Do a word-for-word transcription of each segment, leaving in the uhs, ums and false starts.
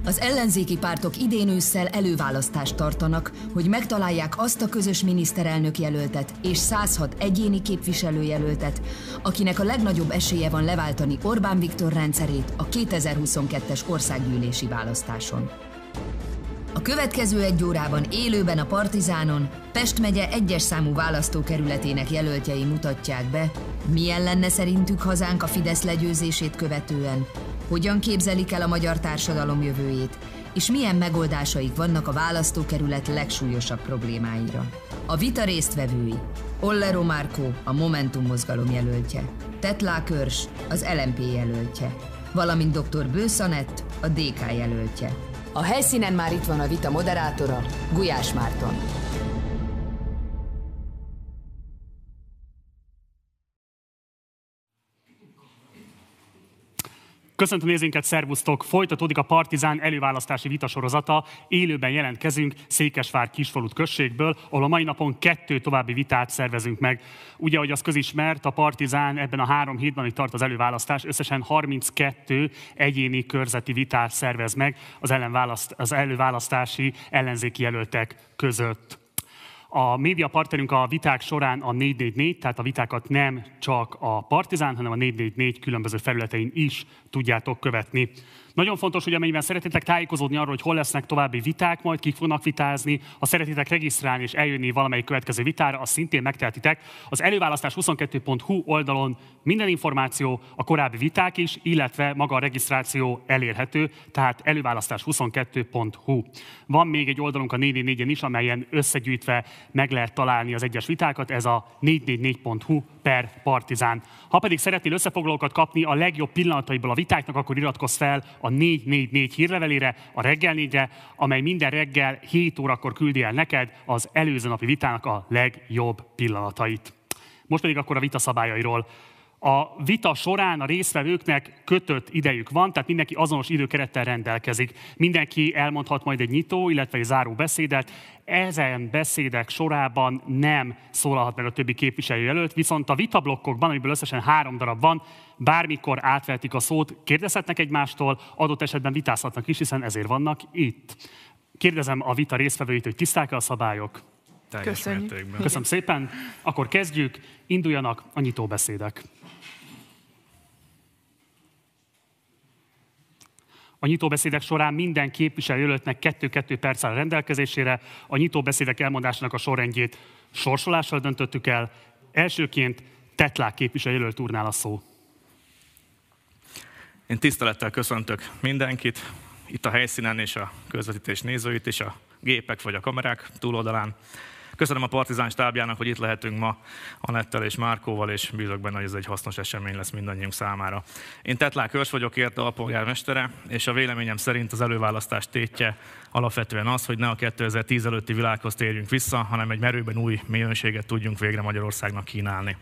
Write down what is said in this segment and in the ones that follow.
Az ellenzéki pártok idén ősszel előválasztást tartanak, hogy megtalálják azt a közös miniszterelnök jelöltet és száz hat egyéni képviselőjelöltet, akinek a legnagyobb esélye van leváltani Orbán Viktor rendszerét a kétezer-huszonkettes országgyűlési választáson. A következő egy órában élőben a Partizánon Pest megye egyes számú választókerületének jelöltjei mutatják be, milyen lenne szerintük hazánk a Fidesz legyőzését követően, hogyan képzelik el a magyar társadalom jövőjét, és milyen megoldásaik vannak a választókerület legsúlyosabb problémáira. A vita résztvevői: Ollero Márkó, a Momentum mozgalom jelöltje, Tetlák Örs, az el em pé jelöltje, valamint doktor Bősz Anett, a dé ká jelöltje. A helyszínen már itt van a vita moderátora, Gulyás Márton. Köszöntöm nézőinket, szervusztok! Folytatódik a Partizán előválasztási vitasorozata. Élőben jelentkezünk Székesvár-Kisfalut községből, ahol a mai napon kettő további vitát szervezünk meg. Ugye, ahogy az közismert, a Partizán ebben a három hétben, hogy tart az előválasztás, összesen harminckettő egyéni körzeti vitát szervez meg az, az előválasztási ellenzéki jelöltek között. A médiapartnerünk a viták során a négy négy négy, tehát a vitákat nem csak a Partizán, hanem a négy négy négy különböző felületein is tudjátok követni. Nagyon fontos, hogy amennyiben szeretnétek tájékozódni arról, hogy hol lesznek további viták, majd kik fognak vitázni, ha szeretnétek regisztrálni és eljönni valamelyik következő vitára, azt szintén megtehetitek. Az előválasztás huszonkettő pont hu oldalon minden információ, a korábbi viták is, illetve maga a regisztráció elérhető, tehát előválasztás huszonkettő pont hu. Van még egy oldalunk a négy négy négyen is, amelyen összegyűjtve meg lehet találni az egyes vitákat, ez a négy négy négy pont hu per Partizán. Ha pedig szeretnél összefoglalókat kapni a legjobb pillanataiból a vitáknak, akkor iratkozz fel a négy négy négy hírlevelére, a reggel négyre, amely minden reggel hét órakor küldi el neked az előző napi vitának a legjobb pillanatait. Most pedig akkor a vita szabályairól. A vita során a résztvevőknek kötött idejük van, tehát mindenki azonos időkerettel rendelkezik. Mindenki elmondhat majd egy nyitó, illetve egy záró beszédet. Ezen beszédek sorában nem szólalhat meg a többi képviselőjelölt, viszont a vitablokkokban, amiből összesen három darab van, bármikor átvehetik a szót, kérdezhetnek egymástól, adott esetben vitázhatnak is, hiszen ezért vannak itt. Kérdezem a vita résztvevőit, hogy tiszták-e a szabályok? Köszönjük. Köszönöm szépen. Akkor kezdjük, induljanak a nyitóbeszédek. A nyitóbeszédek során minden képviselőjelöltnek kettő-kettő perc áll rendelkezésére. A nyitóbeszédek elmondásának a sorrendjét sorsolással döntöttük el. Elsőként Tetlák képviselőjelölt úrnál a szó. Én tisztelettel köszöntök mindenkit, itt a helyszínen és a közvetítés nézőit és a gépek vagy a kamerák túloldalán. Köszönöm a Partizán stábjának, hogy itt lehetünk ma Anettel és Márkóval, és bízok benne, hogy ez egy hasznos esemény lesz mindannyiunk számára. Én Tetlák Örs vagyok, érte alpolgármestere, és a véleményem szerint az előválasztás tétje alapvetően az, hogy ne a kétezer-tíz előtti világhoz térjünk vissza, hanem egy merőben új minőséget tudjunk végre Magyarországnak kínálni.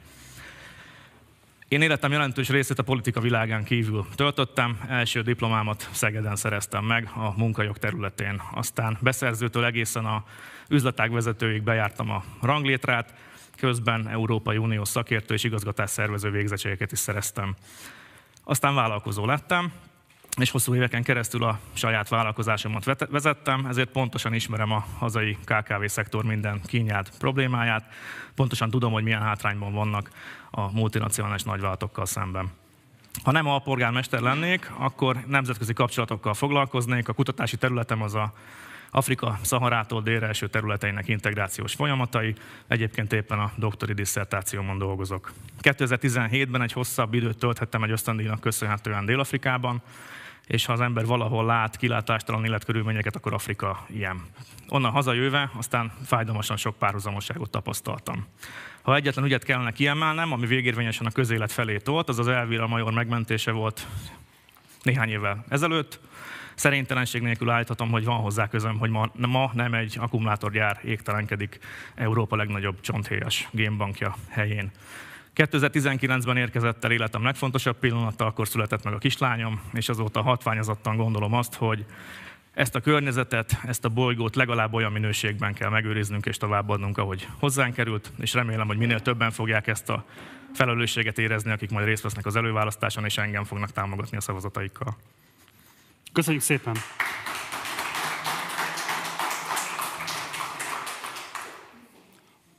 Én életem jelentős részét a politika világán kívül töltöttem, első diplomámat Szegeden szereztem meg a munkajog területén. Aztán beszerzőtől egészen a üzletág vezetőig bejártam a ranglétrát, közben Európai Uniós szakértő és igazgatásszervező végzettségeket is szereztem. Aztán vállalkozó lettem, és hosszú éveken keresztül a saját vállalkozásomat vezettem, ezért pontosan ismerem a hazai ká ká vé-szektor minden kínját, problémáját, pontosan tudom, hogy milyen hátrányban vannak a multinacionális nagyvállalatokkal szemben. Ha nem alpolgármester lennék, akkor nemzetközi kapcsolatokkal foglalkoznék, a kutatási területem az a Afrika Szaharától délre eső területeinek integrációs folyamatai, egyébként éppen a doktori disszertációmon dolgozok. kétezer-tizenhétben egy hosszabb időt tölthettem egy ösztöndíjnak köszönhetően Dél-Afrikában, és ha az ember valahol lát kilátástalan életkörülményeket, akkor Afrika ilyen. Onnan hazajöve, aztán fájdalmasan sok párhuzamosságot tapasztaltam. Ha egyetlen ügyet kellene kiemelnem, ami végérvényesen a közélet felé tolt, az az Elvira major megmentése volt néhány évvel ezelőtt. Szerénytelenség nélkül állíthatom, hogy van hozzá közöm, hogy ma, ma nem egy akkumulátorgyár égtelenkedik Európa legnagyobb csonthéjas génbankja helyén. kétezer-tizenkilencben érkezett el életem legfontosabb pillanata, akkor született meg a kislányom, és azóta hatványozottan gondolom azt, hogy ezt a környezetet, ezt a bolygót legalább olyan minőségben kell megőriznünk és továbbadnunk, ahogy hozzánk került, és remélem, hogy minél többen fogják ezt a felelősséget érezni, akik majd részt vesznek az előválasztáson, és engem fognak támogatni a szavazataikkal. Köszönjük szépen!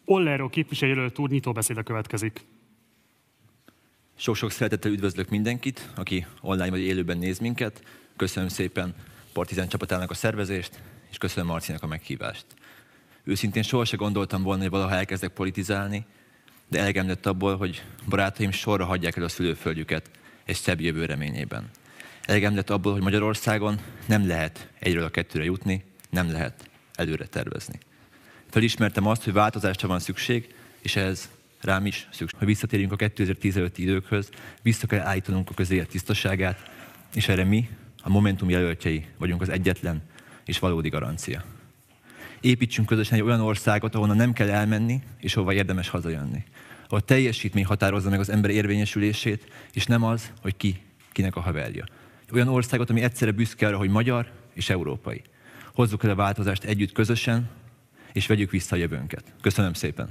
Ollero képviselőjelölt úr nyitóbeszéde következik. Sok-sok szeretettel üdvözlök mindenkit, aki online vagy élőben néz minket. Köszönöm szépen Partizán csapatának a szervezést, és köszönöm Marcinak a meghívást. Őszintén sohasem gondoltam volna, hogy valaha elkezdek politizálni, de elegem lett abból, hogy barátaim sorra hagyják el a szülőföldjüket egy szebb jövő reményében. Elegem lett abból, hogy Magyarországon nem lehet egyről a kettőre jutni, nem lehet előre tervezni. Felismertem azt, hogy változásra van szükség, és ez rám is szükség. Ha visszatérjünk a kétezer-tíz előtti időkhöz, vissza kell állítanunk a közélet tisztaságát, és erre mi, a Momentum jelöltjei vagyunk az egyetlen és valódi garancia. Építsünk közösen egy olyan országot, ahonnan nem kell elmenni, és ahova érdemes hazajönni. Ahol teljesítmény határozza meg az ember érvényesülését, és nem az, hogy ki, kinek a haverja. Olyan országot, ami egyszerre büszke arra, hogy magyar és európai. Hozzuk el a változást együtt közösen, és vegyük vissza a jövőnket. Köszönöm szépen!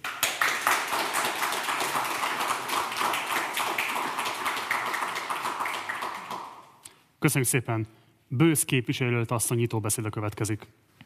Köszönjük szépen! Bősz képviselőjelölt asszony nyitóbeszéde következik.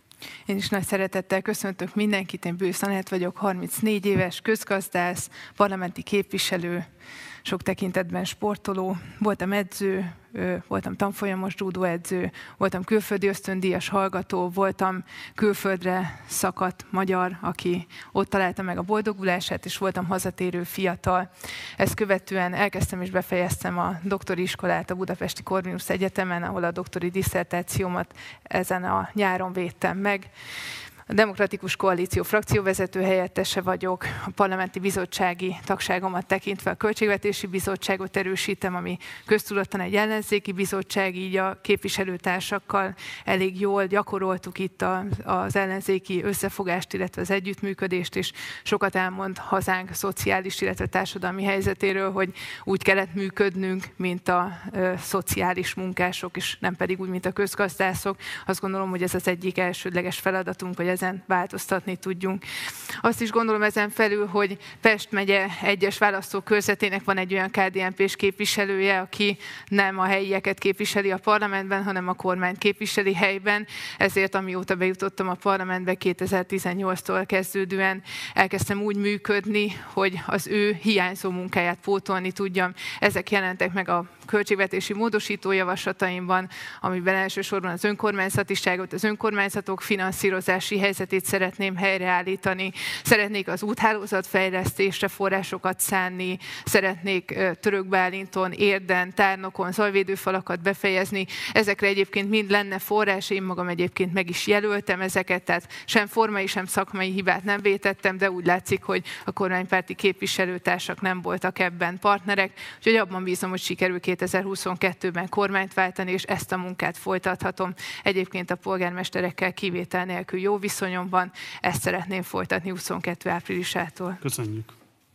Én is nagy szeretettel köszöntök mindenkit, én Bősz Anett vagyok, harmincnégy éves, közgazdász, parlamenti képviselő, sok tekintetben sportoló, voltam edző, voltam tanfolyamos judóedző, voltam külföldi ösztöndíjas hallgató, voltam külföldre szakadt magyar, aki ott találta meg a boldogulását, és voltam hazatérő fiatal. Ezt követően elkezdtem és befejeztem a doktori iskolát a Budapesti Corvinus Egyetemen, ahol a doktori disszertációmat ezen a nyáron védtem meg. A Demokratikus Koalíció frakcióvezető helyettese vagyok, a parlamenti bizottsági tagságomat tekintve a Költségvetési Bizottságot erősítem, ami köztudottan egy ellenzéki bizottság, így a képviselőtársakkal elég jól gyakoroltuk itt az ellenzéki összefogást, illetve az együttműködést, és sokat elmond hazánk szociális, illetve társadalmi helyzetéről, hogy úgy kellett működnünk, mint a ö, szociális munkások, és nem pedig úgy, mint a közgazdászok. Azt gondolom, hogy ez az egyik elsődleges feladatunk, hogy ezen változtatni tudjunk. Azt is gondolom ezen felül, hogy Pest megye egyes választókörzetének van egy olyan ká dé en pés képviselője, aki nem a helyieket képviseli a parlamentben, hanem a kormányt képviseli helyben. Ezért amióta bejutottam a parlamentbe kétezer-tizennyolctól kezdődően elkezdtem úgy működni, hogy az ő hiányzó munkáját pótolni tudjam. Ezek jelentek meg a költségvetési módosító javaslataimban, amiben elsősorban az önkormányzatiságot, az önkormányzatok finanszírozási helyzetét szeretném helyreállítani. Szeretnék az úthálózatfejlesztésre forrásokat szánni, szeretnék Törökbálinton, Érden, Tárnokon zajvédőfalakat befejezni. Ezekre egyébként mind lenne forrás, én magam egyébként meg is jelöltem ezeket, tehát sem formai, sem szakmai hibát nem vétettem, de úgy látszik, hogy a kormánypárti képviselőtársak nem voltak ebben partnerek, úgyhogy abban bízom, hogy sikerül kétezer-huszonkettőben kormányt váltani, és ezt a munkát folytathatom. Egyébként a polgármesterekkel kivétel nélkül jó viszonyom van, ezt szeretném folytatni huszonkettő áprilisától. Köszönjük.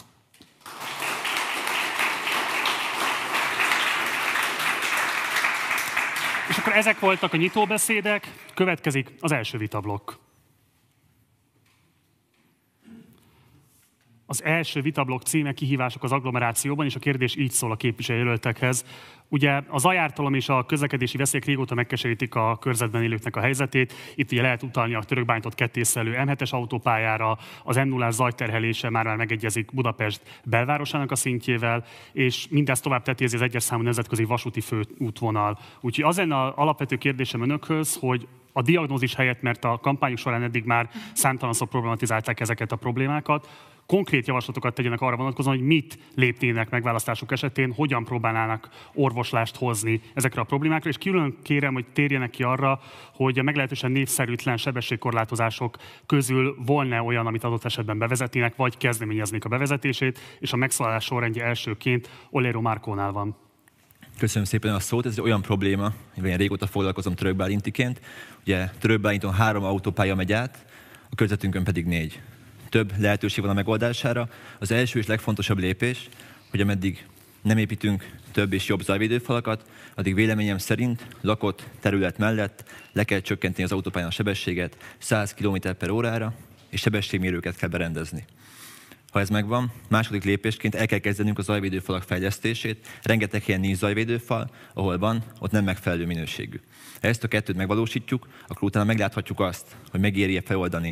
És akkor ezek voltak a nyitóbeszédek, következik az első vitablokk. Az első vitablokk címe Kihívások az agglomerációban, és a kérdés így szól a képviselőjelöltekhez. Ugye a zajártalom és a közlekedési veszélyek régóta megkeserítik a körzetben élőknek a helyzetét. Itt ugye lehet utalni a Törökbálintot kettészelő em hetes autópályára, az em nullás zajterhelése már már megegyezik Budapest belvárosának a szintjével, és mindezt tovább tetézi az egyes számú nemzetközi vasúti főútvonal. Úgyhogy az lenne az alapvető kérdésem önökhöz, hogy a diagnózis helyett, mert a kampányok során eddig már számtalanszor problematizálták ezeket a problémákat, konkrét javaslatokat tegyenek arra vonatkozóan, hogy mit lépnének megválasztások esetén, hogyan próbálnának orvoslást hozni ezekre a problémákra, és külön kérem, hogy térjenek ki arra, hogy a meglehetősen népszerűtlen sebességkorlátozások közül volna olyan, amit adott esetben bevezetnének, vagy kezdeményeznék a bevezetését, és a megszólalás sorrendje elsőként Ollero Markónál van. Köszönöm szépen a szót, ez egy olyan probléma, hogy én régóta foglalkozom Törökbálintiként. Ugye Törökbálinton három autópálya megy át, a körzetünkön pedig négy. Több lehetőség van a megoldására. Az első és legfontosabb lépés, hogy ameddig nem építünk több és jobb zajvédőfalakat, addig véleményem szerint lakott terület mellett le kell csökkenteni az autópályán a sebességet száz kilométer per órára, és sebességmérőket kell berendezni. Ha ez megvan, második lépésként el kell kezdenünk a zajvédőfalak fejlesztését. Rengeteg helyen nincs zajvédőfal, ahol van, ott nem megfelelő minőségű. Ha ezt a kettőt megvalósítjuk, akkor utána megláthatjuk azt, hogy megéri-e feloldani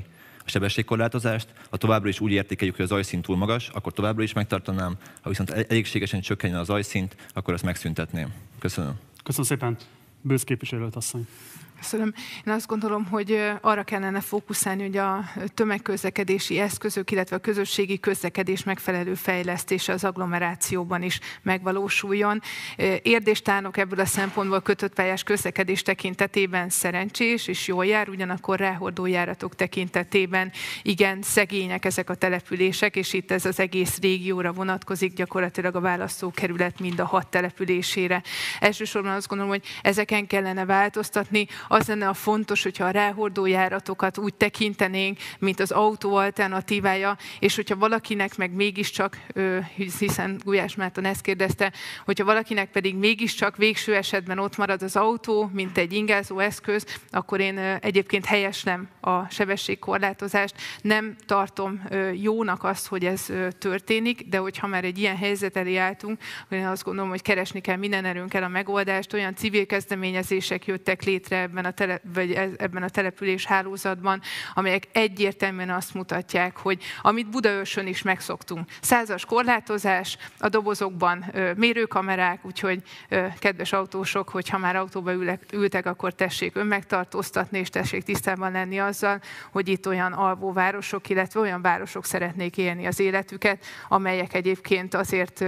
a sebességkorlátozást. Ha továbbra is úgy értékeljük, hogy az zajszint túl magas, akkor továbbra is megtartanám. Ha viszont elégségesen csökkenjen a zajszint, akkor azt megszüntetném. Köszönöm. Köszönöm szépen. Bősz képviselőt asszony. Köszönöm. Én azt gondolom, hogy arra kellene fókuszálni, hogy a tömegközlekedési eszközök, illetve a közösségi közlekedés megfelelő fejlesztése az agglomerációban is megvalósuljon. Érdéstárnok ebből a szempontból kötött pályás közlekedés tekintetében szerencsés és jól jár, ugyanakkor ráhordójáratok tekintetében igen szegények ezek a települések, és itt ez az egész régióra vonatkozik, gyakorlatilag a választókerület mind a hat településére. Elsősorban azt gondolom, hogy ezeken kellene változtatni. Az lenne a fontos, hogyha a ráhordójáratokat úgy tekintenénk, mint az autó alternatívája, és hogyha valakinek meg mégiscsak, hiszen Gulyás Márton ezt kérdezte, hogyha valakinek pedig mégiscsak végső esetben ott marad az autó, mint egy ingázó eszköz, akkor én egyébként helyeslem a sebességkorlátozást. Nem tartom jónak azt, hogy ez történik, de hogyha már egy ilyen helyzet elé álltunk, akkor én azt gondolom, hogy keresni kell minden erőnkkel a megoldást. Olyan civil kezdeményezések jöttek létre ebben a, tele, vagy ebben a település hálózatban, amelyek egyértelműen azt mutatják, hogy amit Budaörsön is megszoktunk. Százas korlátozás, a dobozokban mérőkamerák, úgyhogy kedves autósok, hogyha már autóba ültek, akkor tessék önmegtartóztatni, és tessék tisztában lenni azzal, hogy itt olyan alvóvárosok, illetve olyan városok szeretnék élni az életüket, amelyek egyébként azért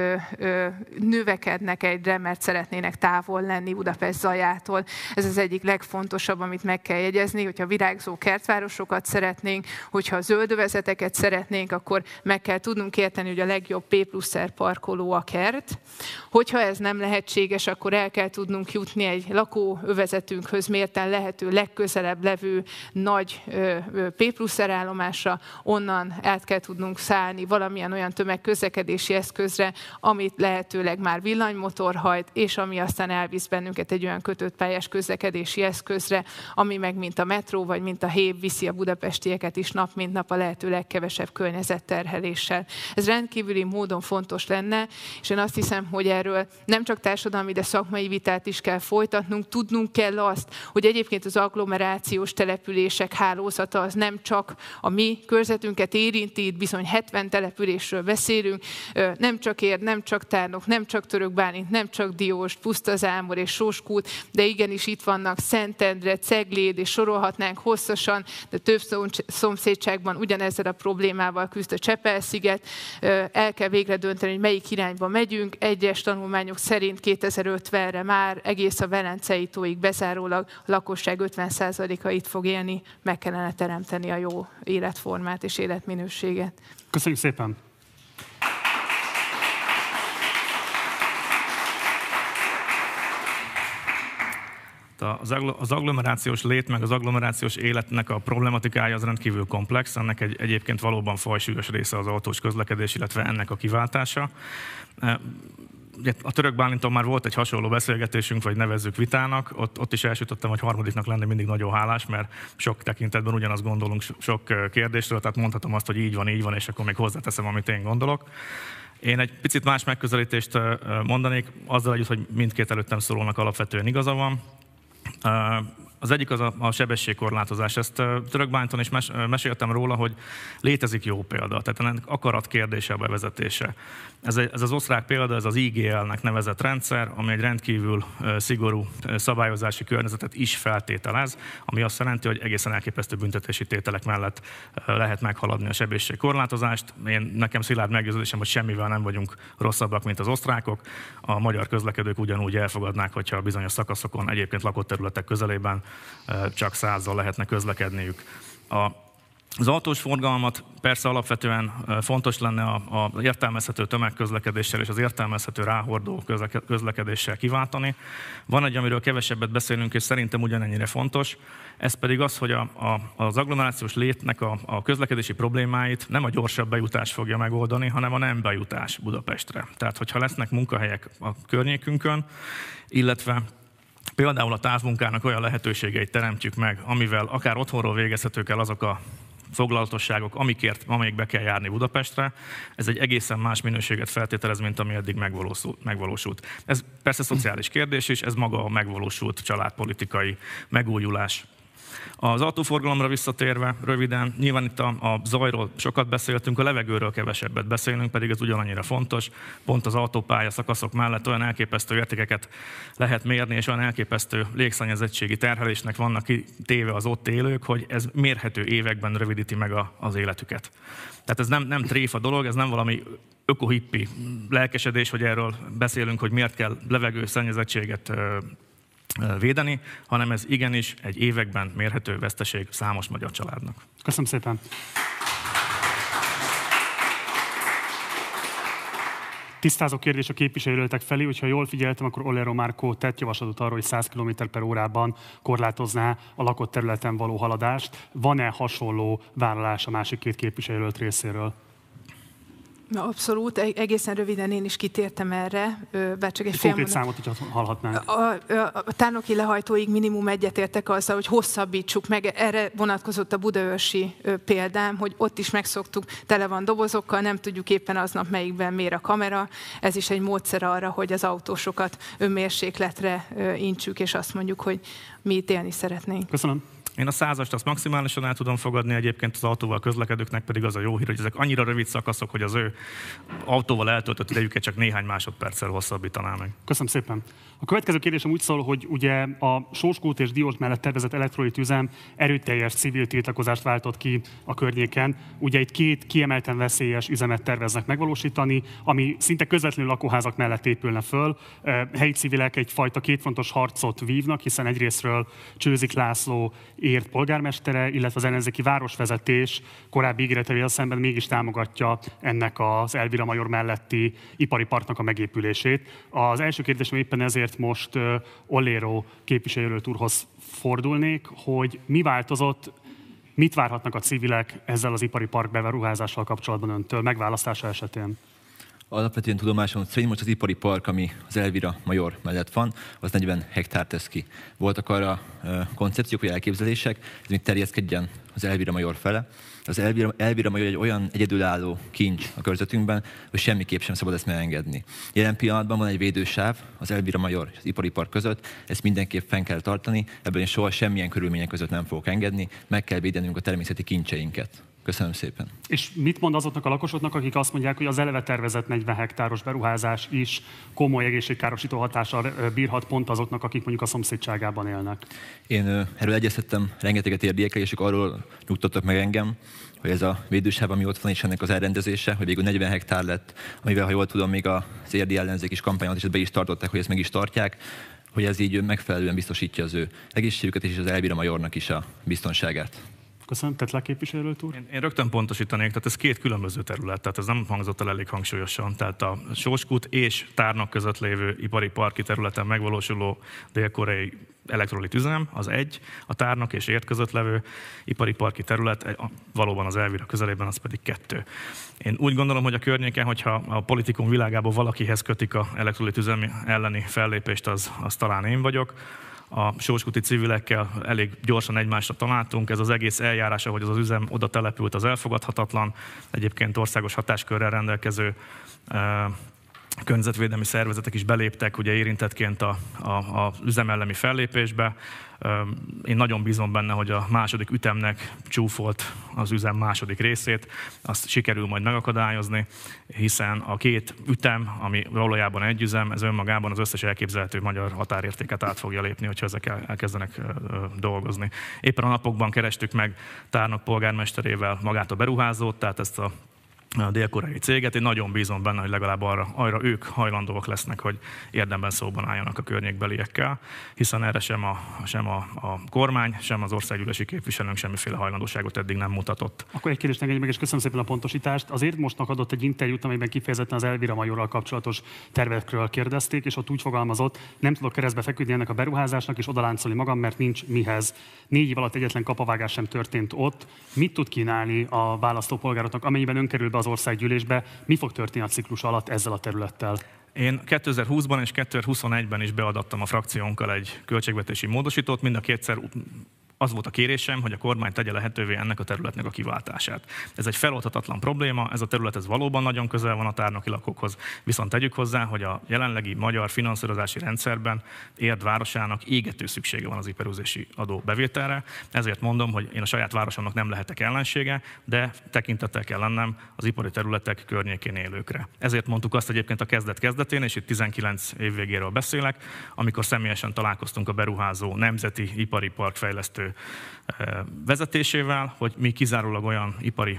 növekednek egyre, mert szeretnének távol lenni Budapest zajától. Ez az egyik legfontosabb, amit meg kell jegyezni, hogyha virágzó kertvárosokat szeretnénk, hogyha zöldövezeteket szeretnénk, akkor meg kell tudnunk érteni, hogy a legjobb P plusz R parkoló a kert. Hogyha ez nem lehetséges, akkor el kell tudnunk jutni egy lakóövezetünkhöz mérten lehető legközelebb levő nagy P plusz R állomásra, onnan át kell tudnunk szállni valamilyen olyan tömegközlekedési eszközre, amit lehetőleg már villanymotor hajt, és ami aztán elvisz bennünket egy olyan kötött pályás közlekedési eszközre, ami meg mint a metró, vagy mint a hév viszi a budapestieket is nap mint nap a lehető legkevesebb környezetterheléssel. Ez rendkívüli módon fontos lenne, és én azt hiszem, hogy erről nem csak társadalmi, de szakmai vitát is kell folytatnunk. Tudnunk kell azt, hogy egyébként az agglomerációs települések hálózata az nem csak a mi körzetünket érinti, itt bizony hetven településről beszélünk, nem csak Érd, nem csak Tárnok, nem csak Törökbálint, nem csak Diósd, Pusztazámor és Sóskút, de igenis itt vannak Szentendre, Cegléd, és sorolhatnánk hosszasan, de több szomszédságban ugyanezzel a problémával küzd a Csepel-sziget. El kell végre dönteni, hogy melyik irányba megyünk. Egyes tanulmányok szerint kétezer-ötvenre már egész a Velencei tóig bezárólag a lakosság ötven százaléka itt fog élni, meg kellene teremteni a jó életformát és életminőséget. Köszönjük szépen! Az agglomerációs lét, meg az agglomerációs életnek a problematikája az rendkívül komplex, ennek egy, egyébként valóban fajsúlyos része az autós közlekedés, illetve ennek a kiváltása. A Törökbálinton már volt egy hasonló beszélgetésünk, vagy nevezzük vitának, ott, ott is elsütöttem, hogy harmadiknak lenni mindig nagyon hálás, mert sok tekintetben ugyanazt gondolunk sok kérdésről, tehát mondhatom azt, hogy így van, így van, és akkor még hozzáteszem, amit én gondolok. Én egy picit más megközelítést mondanék, azzal együtt, hogy mindkét előttem szólónak alapvetően igaza van. Az egyik az a, a sebességkorlátozás. Ezt Törökbálinton is mes, meséltem róla, hogy létezik jó példa, tehát ennek akarat kérdése a bevezetése. Ez, ez az osztrák példa, ez az I G L-nek nevezett rendszer, ami egy rendkívül szigorú szabályozási környezetet is feltételez, ami azt jelenti, hogy egészen elképesztő büntetési tételek mellett lehet meghaladni a sebességkorlátozást. Én, nekem szilárd meggyőződésem, hogy semmivel nem vagyunk rosszabbak, mint az osztrákok. A magyar közlekedők ugyanúgy elfogadnák, hogyha bizonyos szakaszokon, egyébként lakott területek közelében csak százzal lehetne közlekedniük. A, az autós forgalmat persze alapvetően fontos lenne az értelmezhető tömegközlekedéssel és az értelmezhető ráhordó közlekedéssel kiváltani. Van egy, amiről kevesebbet beszélünk, és szerintem ugyanennyire fontos, ez pedig az, hogy a, a, az agglomerációs létnek a, a közlekedési problémáit nem a gyorsabb bejutás fogja megoldani, hanem a nem bejutás Budapestre. Tehát, hogyha lesznek munkahelyek a környékünkön, illetve például a távmunkának olyan lehetőségeit teremtjük meg, amivel akár otthonról végezhetők el azok a foglalatosságok, amikért, amelyik be kell járni Budapestre. Ez egy egészen más minőséget feltételez, mint ami eddig megvalósult. Ez persze szociális kérdés is, ez maga a megvalósult családpolitikai megújulás. Az autóforgalomra visszatérve röviden, nyilván itt a, a zajról sokat beszéltünk, a levegőről kevesebbet beszélünk, pedig ez ugyanannyira fontos. Pont az autópálya szakaszok mellett olyan elképesztő értékeket lehet mérni, és olyan elképesztő légszennyezettségi terhelésnek vannak téve az ott élők, hogy ez mérhető években rövidíti meg a, az életüket. Tehát ez nem, nem tréfa dolog, ez nem valami ökohippi lelkesedés, hogy erről beszélünk, hogy miért kell levegőszennyezettséget védeni, hanem ez igenis egy években mérhető veszteség számos magyar családnak. Köszönöm szépen! Tisztázó kérdés a képviselőjelöltek felé, hogyha jól figyeltem, akkor Ollero Márkó tett javaslatot arról, hogy száz kilométer per órában korlátozná a lakott területen való haladást. Van-e hasonló vállalás a másik két képviselőjelölt részéről? Abszolút, egészen röviden én is kitértem erre, bár csak egy, egy fél konkrét számot, hogyha hallhatnánk. A, a, a tárnoki lehajtóig minimum egyetértek azzal, hogy hosszabbítsuk meg. Erre vonatkozott a budaörsi példám, hogy ott is megszoktuk, tele van dobozokkal, nem tudjuk éppen aznap melyikben mér a kamera. Ez is egy módszer arra, hogy az autósokat önmérsékletre intsük, és azt mondjuk, hogy mi itt élni szeretnénk. Köszönöm. Én a százast azt maximálisan el tudom fogadni, egyébként az autóval közlekedőknek pedig az a jó hír, hogy ezek annyira rövid szakaszok, hogy az ő autóval eltöltött idejüket csak néhány másodperccel hosszabbítaná meg. Köszönöm szépen. A következő kérdésem úgy szól, hogy ugye a Sóskút és Diós mellett tervezett elektrolit üzem erőteljes civil tiltakozást váltott ki a környéken. Ugye itt két kiemelten veszélyes üzemet terveznek megvalósítani, ami szinte közvetlenül lakóházak mellett épülne föl. Helyi civilek egyfajta kétfrontos harcot vívnak, hiszen egyrészről Csőzik László ért polgármestere, illetve az ellenzéki városvezetés korábbi ígéretevel szemben mégis támogatja ennek az Elvira Major melletti ipari parknak a megépülését. Az első kérdésem éppen ezért most Ollero képviselőjelölt úrhoz fordulnék, hogy mi változott, mit várhatnak a civilek ezzel az ipari park beruházással kapcsolatban öntől megválasztása esetén? Alapvetően tudomásom szerint most az ipari park, ami az Elvira Major mellett van, az negyven hektárt tesz ki. Voltak arra koncepciók vagy elképzelések, ez még terjeszkedjen az Elvira Major fele. Az Elvira, Elvira Major egy olyan egyedülálló kincs a körzetünkben, hogy semmiképp sem szabad ezt megengedni. Jelen pillanatban van egy védősáv az Elvira Major és az ipari park között, ezt mindenképp fenn kell tartani, ebből én soha semmilyen körülmények között nem fogok engedni, meg kell védenünk a természeti kincseinket. Köszönöm szépen. És mit mond azoknak a lakosoknak, akik azt mondják, hogy az eleve tervezett negyven hektáros beruházás is komoly egészségkárosító hatással bírhat pont azoknak, akik mondjuk a szomszédságában élnek? Én erről egyeztettem rengeteget érdiekkel, és ők arról nyugtattak meg engem, hogy ez a védősáv, ami ott van, és ennek az elrendezése, hogy végül negyven hektár lett, amivel, ha jól tudom, még az érdi ellenzék is kampányot, és be is tartották, hogy ezt meg is tartják, hogy ez így megfelelően biztosítja az ő egészségüket és az Elvira Majornak is a biztonságát. Köszönöm, tett le képviselőt úr. Én, én rögtön pontosítanék, tehát ez két különböző terület, tehát ez nem hangzott el elég hangsúlyosan. Tehát a Sóskút és Tárnok között lévő ipari parki területen megvalósuló dél-koreai elektrolit üzem, az egy, a Tárnok és Ért között levő ipari parki terület, valóban az Elvira közelében, az pedig kettő. Én úgy gondolom, hogy a környéken, hogyha a politikum világában valakihez kötik a elektrolit üzem elleni fellépést, az, az talán én vagyok. A sóskuti civilekkel elég gyorsan egymásra találtunk, ez az egész eljárás, ahogy az az üzem oda települt, az elfogadhatatlan. Egyébként országos hatáskörrel rendelkező e, környezetvédelmi szervezetek is beléptek ugye érintettként a, a, a üzem elleni fellépésbe. Én nagyon bízom benne, hogy a második ütemnek csúfolt az üzem második részét, azt sikerül majd megakadályozni, hiszen a két ütem, ami valójában egy üzem, ez önmagában az összes elképzelhető magyar határértéket át fogja lépni, hogyha ezek elkezdenek dolgozni. Éppen a napokban kerestük meg Tárnok polgármesterével magát a beruházót, tehát ezt a a dél-koreai céget. Én nagyon bízom benne, hogy legalább arra, arra ők hajlandóak lesznek, hogy érdemben szóban álljanak a környékbeliekkel, hiszen erre sem a, sem a, a kormány, sem az országgyűlési képviselőnk semmiféle hajlandóságot eddig nem mutatott. Akkor egy kérdést engedj meg, és köszönöm szépen a pontosítást. Azért mostnak adott egy interjút, amelyben kifejezetten az Elvira Majorral kapcsolatos tervekről kérdezték, és ott úgy fogalmazott, nem tudok keresztbe feküdni ennek a beruházásnak, és odaláncolni magam, mert nincs mihez. Négy év alatt egyetlen kapavágás sem történt ott. Mit tud kínálni a választópolgároknak, amennyiben ön kerül be az országgyűlésbe, mi fog történni a ciklus alatt ezzel a területtel? Én kétezer-húszban és kétezer-huszonegyben is beadattam a frakciónkkal egy költségvetési módosítót, mind a kétszer az volt a kérésem, hogy a kormány tegye lehetővé ennek a területnek a kiváltását. Ez egy feloldhatatlan probléma, ez a terület ez valóban nagyon közel van a tárnoki lakókhoz, viszont tegyük hozzá, hogy a jelenlegi magyar finanszírozási rendszerben Érd városának égető szüksége van az iparűzési adó bevételre, ezért mondom, hogy én a saját városomnak nem lehetek ellensége, de tekintettel kell lennem az ipari területek környékén élőkre. Ezért mondtuk azt egyébként a kezdet kezdetén, és itt tizenkilenc év végéről beszélek, amikor személyesen találkoztunk a beruházó Nemzeti Ipari Park fejlesztő vezetésével, hogy mi kizárólag olyan ipari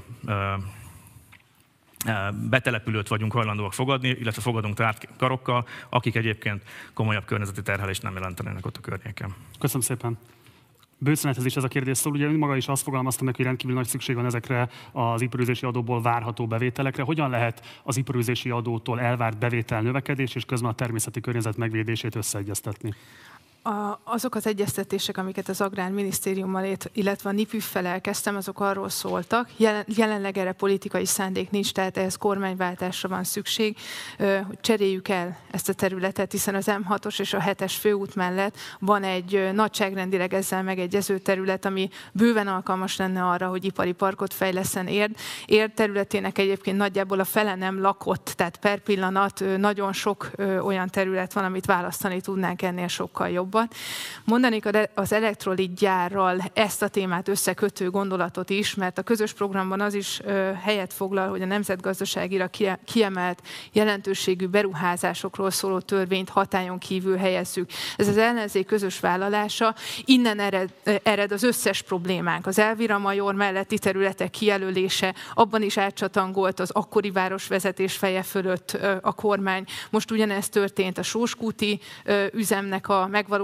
betelepülőt vagyunk hajlandóak fogadni, illetve fogadunk tárt karokkal, akik egyébként komolyabb környezeti terhelést nem jelentenének ott a környéken. Köszönöm szépen. Bőszönethez is ez a kérdés szól. Ugye ön maga is azt fogalmazta meg, hogy rendkívül nagy szükség van ezekre az iparűzési adóból várható bevételekre. Hogyan lehet az iparűzési adótól elvárt bevétel növekedés és közben a természeti környezet megvédését összeegyeztetni? A, azok az egyeztetések, amiket az Agrárminisztériummal, illetve a NIPÜV-fel elkezdtem, azok arról szóltak. Jelen, jelenleg erre politikai szándék nincs, tehát ehhez kormányváltásra van szükség, hogy cseréljük el ezt a területet, hiszen az M hatos és a hetes főút mellett van egy nagyságrendileg ezzel megegyező terület, ami bőven alkalmas lenne arra, hogy ipari parkot fejleszen Érd. Érd területének egyébként nagyjából a fele nem lakott, tehát per pillanat nagyon sok olyan terület van, amit választani tudnánk ennél sokkal jobb. Mondanék az elektrolit gyárral ezt a témát összekötő gondolatot is, mert a közös programban az is helyet foglal, hogy a nemzetgazdaságira kiemelt jelentőségű beruházásokról szóló törvényt hatályon kívül helyezzük. Ez az ellenzék közös vállalása, innen ered, ered az összes problémánk. Az Elvira Major melletti területek kijelölése, abban is átcsatangolt az akkori városvezetés feje fölött a kormány. Most ugyanezt történt a Sóskúti üzemnek a megvalósításakor,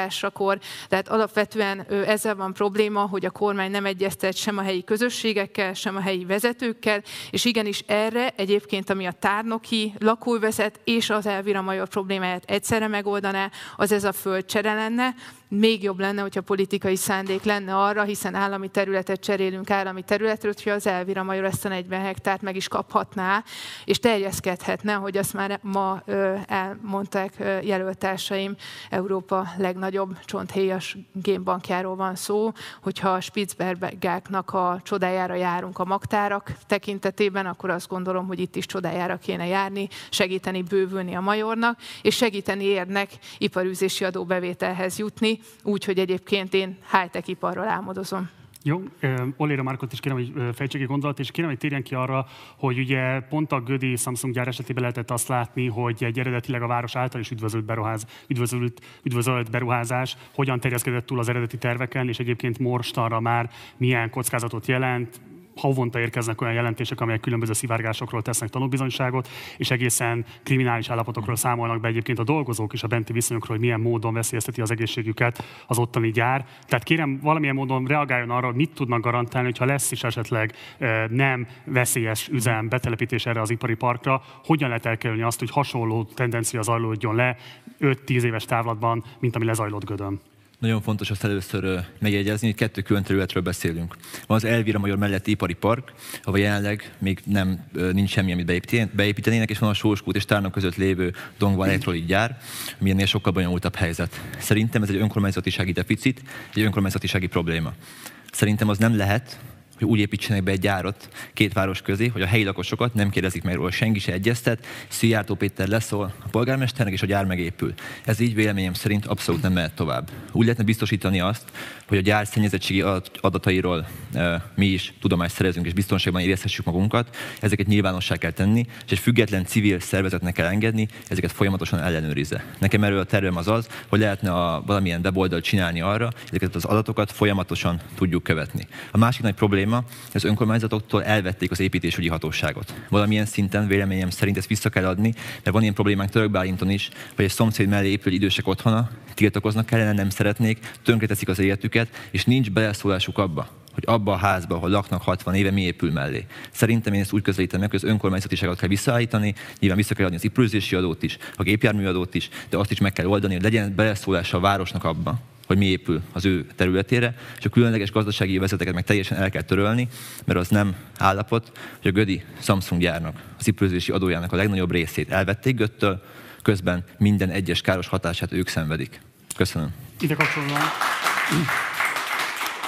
tehát alapvetően ezzel van probléma, hogy a kormány nem egyeztet sem a helyi közösségekkel, sem a helyi vezetőkkel, és igenis erre egyébként, ami a tárnoki lakóvezet és az Elvira Major problémáját egyszerre megoldaná, az ez a földcsere lenne. Még jobb lenne, hogyha politikai szándék lenne arra, hiszen állami területet cserélünk állami területről, hogyha az Elvira Major ezt a negyven hektárt meg is kaphatná, és terjeszkedhetne, hogy azt már ma elmondták jelöltársaim, Európa legnagyobb csonthéjas génbankjáról van szó, hogyha a Spitzbergáknak a csodájára járunk a magtárak tekintetében, akkor azt gondolom, hogy itt is csodájára kéne járni, segíteni bővülni a Majornak, és segíteni Érdnek iparűzési adóbevételhez jutni, úgy, hogy egyébként én high-tech iparról álmodozom. Jó, Oléra Márkot is kérem, hogy fejtsék egy gondolat, és kérem, hogy térjen ki arra, hogy ugye pont a Gödi Samsung gyár esetében lehetett azt látni, hogy egy eredetileg a város által is üdvözölt, beruház, üdvözölt, üdvözölt beruházás hogyan terjeszkedett túl az eredeti terveken, és egyébként mostanra már milyen kockázatot jelent. Havonta érkeznek olyan jelentések, amelyek különböző szivárgásokról tesznek tanúbizonyságot, és egészen kriminális állapotokról számolnak be egyébként a dolgozók is a benti viszonyokról, hogy milyen módon veszélyezteti az egészségüket az ottani gyár. Tehát kérem, valamilyen módon reagáljon arra, hogy mit tudnak garantálni, hogyha lesz is esetleg nem veszélyes üzem betelepítés erre az ipari parkra, hogyan lehet elkerülni azt, hogy hasonló tendencia zajlódjon le öt-tíz éves távlatban, mint ami lezajlott Gödön. Nagyon fontos azt először megjegyezni, hogy kettő külön területről beszélünk. Van az Elvira Major melletti ipari park, ahol jelenleg még nem, nincs semmi, amit beépítenének, és van a Sóskút és Tárnok között lévő Dongva elektrolit gyár, ami ennél sokkal bonyolultabb helyzet. Szerintem ez egy önkormányzatisági deficit, egy önkormányzatisági probléma. Szerintem az nem lehet, hogy úgy építsenek be egy gyárat két város közé, hogy a helyi lakosokat nem kérdezik meg róla, senki se egyeztet, Szijjártó Péter leszól a polgármesternek, és a gyár megépül. Ez így véleményem szerint abszolút nem mehet tovább. Úgy lehetne biztosítani azt, hogy a gyár szennyezettségi adatairól e, mi is tudomást szerezünk, és biztonságban érezhessük magunkat, ezeket nyilvánossá kell tenni, és egy független civil szervezetnek kell engedni, ezeket folyamatosan ellenőrizze. Nekem erről a tervem az az, hogy lehetne a valamilyen weboldalt csinálni arra, ezeket az adatokat folyamatosan tudjuk követni. A másik nagy probléma, az önkormányzatoktól elvették az építésügyi hatóságot. Valamilyen szinten véleményem szerint ezt vissza kell adni, mert van ilyen problémánk Törökbálinton is, hogy egy szomszéd mellé épül idősek otthona, tiltakoznak ellene, nem szeretnék, tönkreteszik az életüket, és nincs beleszólásuk abba, hogy abba a házba, ahol laknak hatvan éve, mi épül mellé. Szerintem én ezt úgy közelítem meg, hogy az önkormányzatiságot kell visszaállítani, nyilván vissza kell adni az iparűzési adót is, a gépjárműadót is, de azt is meg kell oldani, hogy legyen beleszólása a városnak abba, hogy mi épül az ő területére, és a különleges gazdasági vezeteket meg teljesen el kell törölni, mert az nem állapot, hogy a Gödi Samsung gyárnak, az iparűzési adójának a legnagyobb részét elvették Gödtől, közben minden egyes káros hatását ők szenvedik. Köszönöm. Ide kapcsolódóan.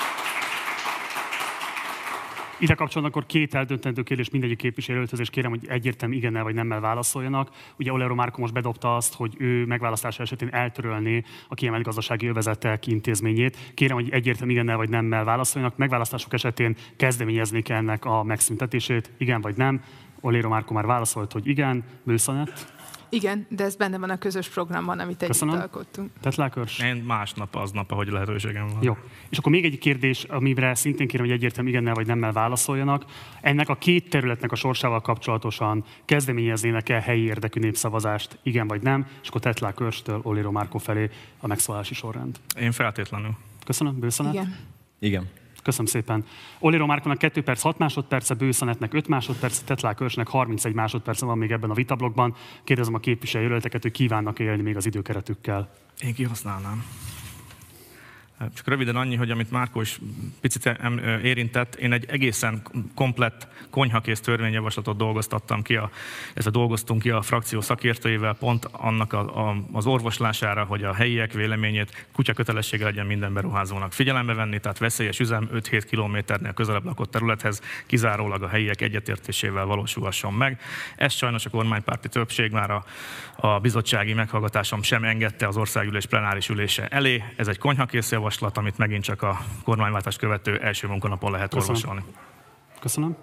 Ide kapcsolatban akkor két eldöntendő kérdés mindegyik képviselőtől, és kérem, hogy egyértelmű igennel vagy nemmel válaszoljanak. Ugye Ollero Márko most bedobta azt, hogy ő megválasztása esetén eltörölné a kiemelt gazdasági övezetek intézményét. Kérem, hogy egyértelmű igennel vagy nemmel válaszoljanak. Megválasztások esetén kezdeményeznék ennek a megszüntetését, igen vagy nem. Ollero Márko már válaszolt, hogy igen. Bősz Anett? Igen, de ez benne van a közös programban, amit együtt alkottunk. Tettler Körs? Én másnap, aznap, ahogy lehetőségem van. Jó. És akkor még egy kérdés, amire szintén kérem, hogy egyértelmű igennel vagy nemmel válaszoljanak. Ennek a két területnek a sorsával kapcsolatosan kezdeményeznének-e helyi érdekű népszavazást, igen vagy nem? És akkor Tettler Körstől Ollero Márko felé a megszólalási sorrend. Én feltétlenül. Köszönöm, Bősz Anett? Igen. Igen. Köszönöm szépen. Ollero Márkonak két perc hat másodperce, Bősz Anettnek öt másodperce, Tettler Körsnek harmincegy másodperce van még ebben a vitablokkban. Kérdezem a képviselőjelölteket, hogy kívánnak élni még az időkeretükkel. Én kihasználnám. Csak röviden annyi, hogy amit Márko is picit érintett, én egy egészen komplett konyhakész törvényjavaslatot dolgoztattam ki, a, ezt dolgoztunk ki a frakció szakértőivel pont annak a, a, az orvoslására, hogy a helyiek véleményét kutya kötelessége legyen minden beruházónak figyelembe venni, tehát veszélyes üzem öt-hét kilométernél közelebb lakott területhez kizárólag a helyiek egyetértésével valósulhasson meg. Ezt sajnos a kormánypárti többség már a, a bizottsági meghallgatásom sem engedte az országgyűlés plenáris ülése elé. Ez egy konyhakész javaslat, amit megint csak a kormányváltást követő első munkanapon lehet Köszönöm. orvosolni. Köszönöm.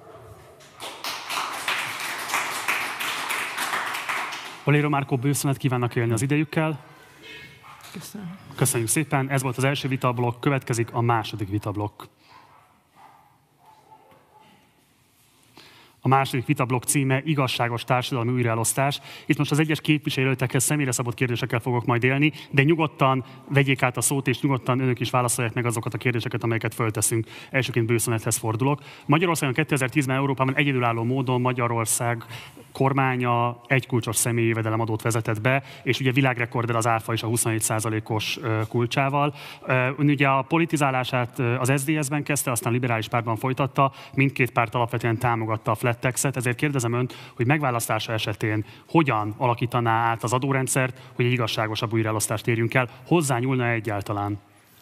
Ollero Márko, Bősz Anett kívánnak élni az idejükkel. Köszönöm. Köszönjük szépen. Ez volt az első vitablokk, következik a második vitablokk. A második vitablokk címe igazságos társadalmi újraelosztás. Itt most az egyes képviselőtekhez személyre szabott kérdésekkel fogok majd élni, de nyugodtan vegyék át a szót, és nyugodtan önök is válaszolják meg azokat a kérdéseket, amelyeket fölteszünk. Elsőként Bősz Anetthez fordulok. Magyarországon kétezer-tízben Európában egyedülálló módon Magyarország kormánya egy kulcsos személyi jövedelemadót vezetett be, és ugye világrekorder az áfa is a huszonhét százalékos kulcsával. Ugye a politizálását az es zé dé es-ben kezdte, aztán a liberális pártban folytatta, mindkét párt alapvetően támogatta a flat taxet, ezért kérdezem önt, hogy megválasztása esetén hogyan alakítaná át az adórendszert, hogy egy igazságosabb újraelosztást érjünk el, hozzányúlna egyáltalán?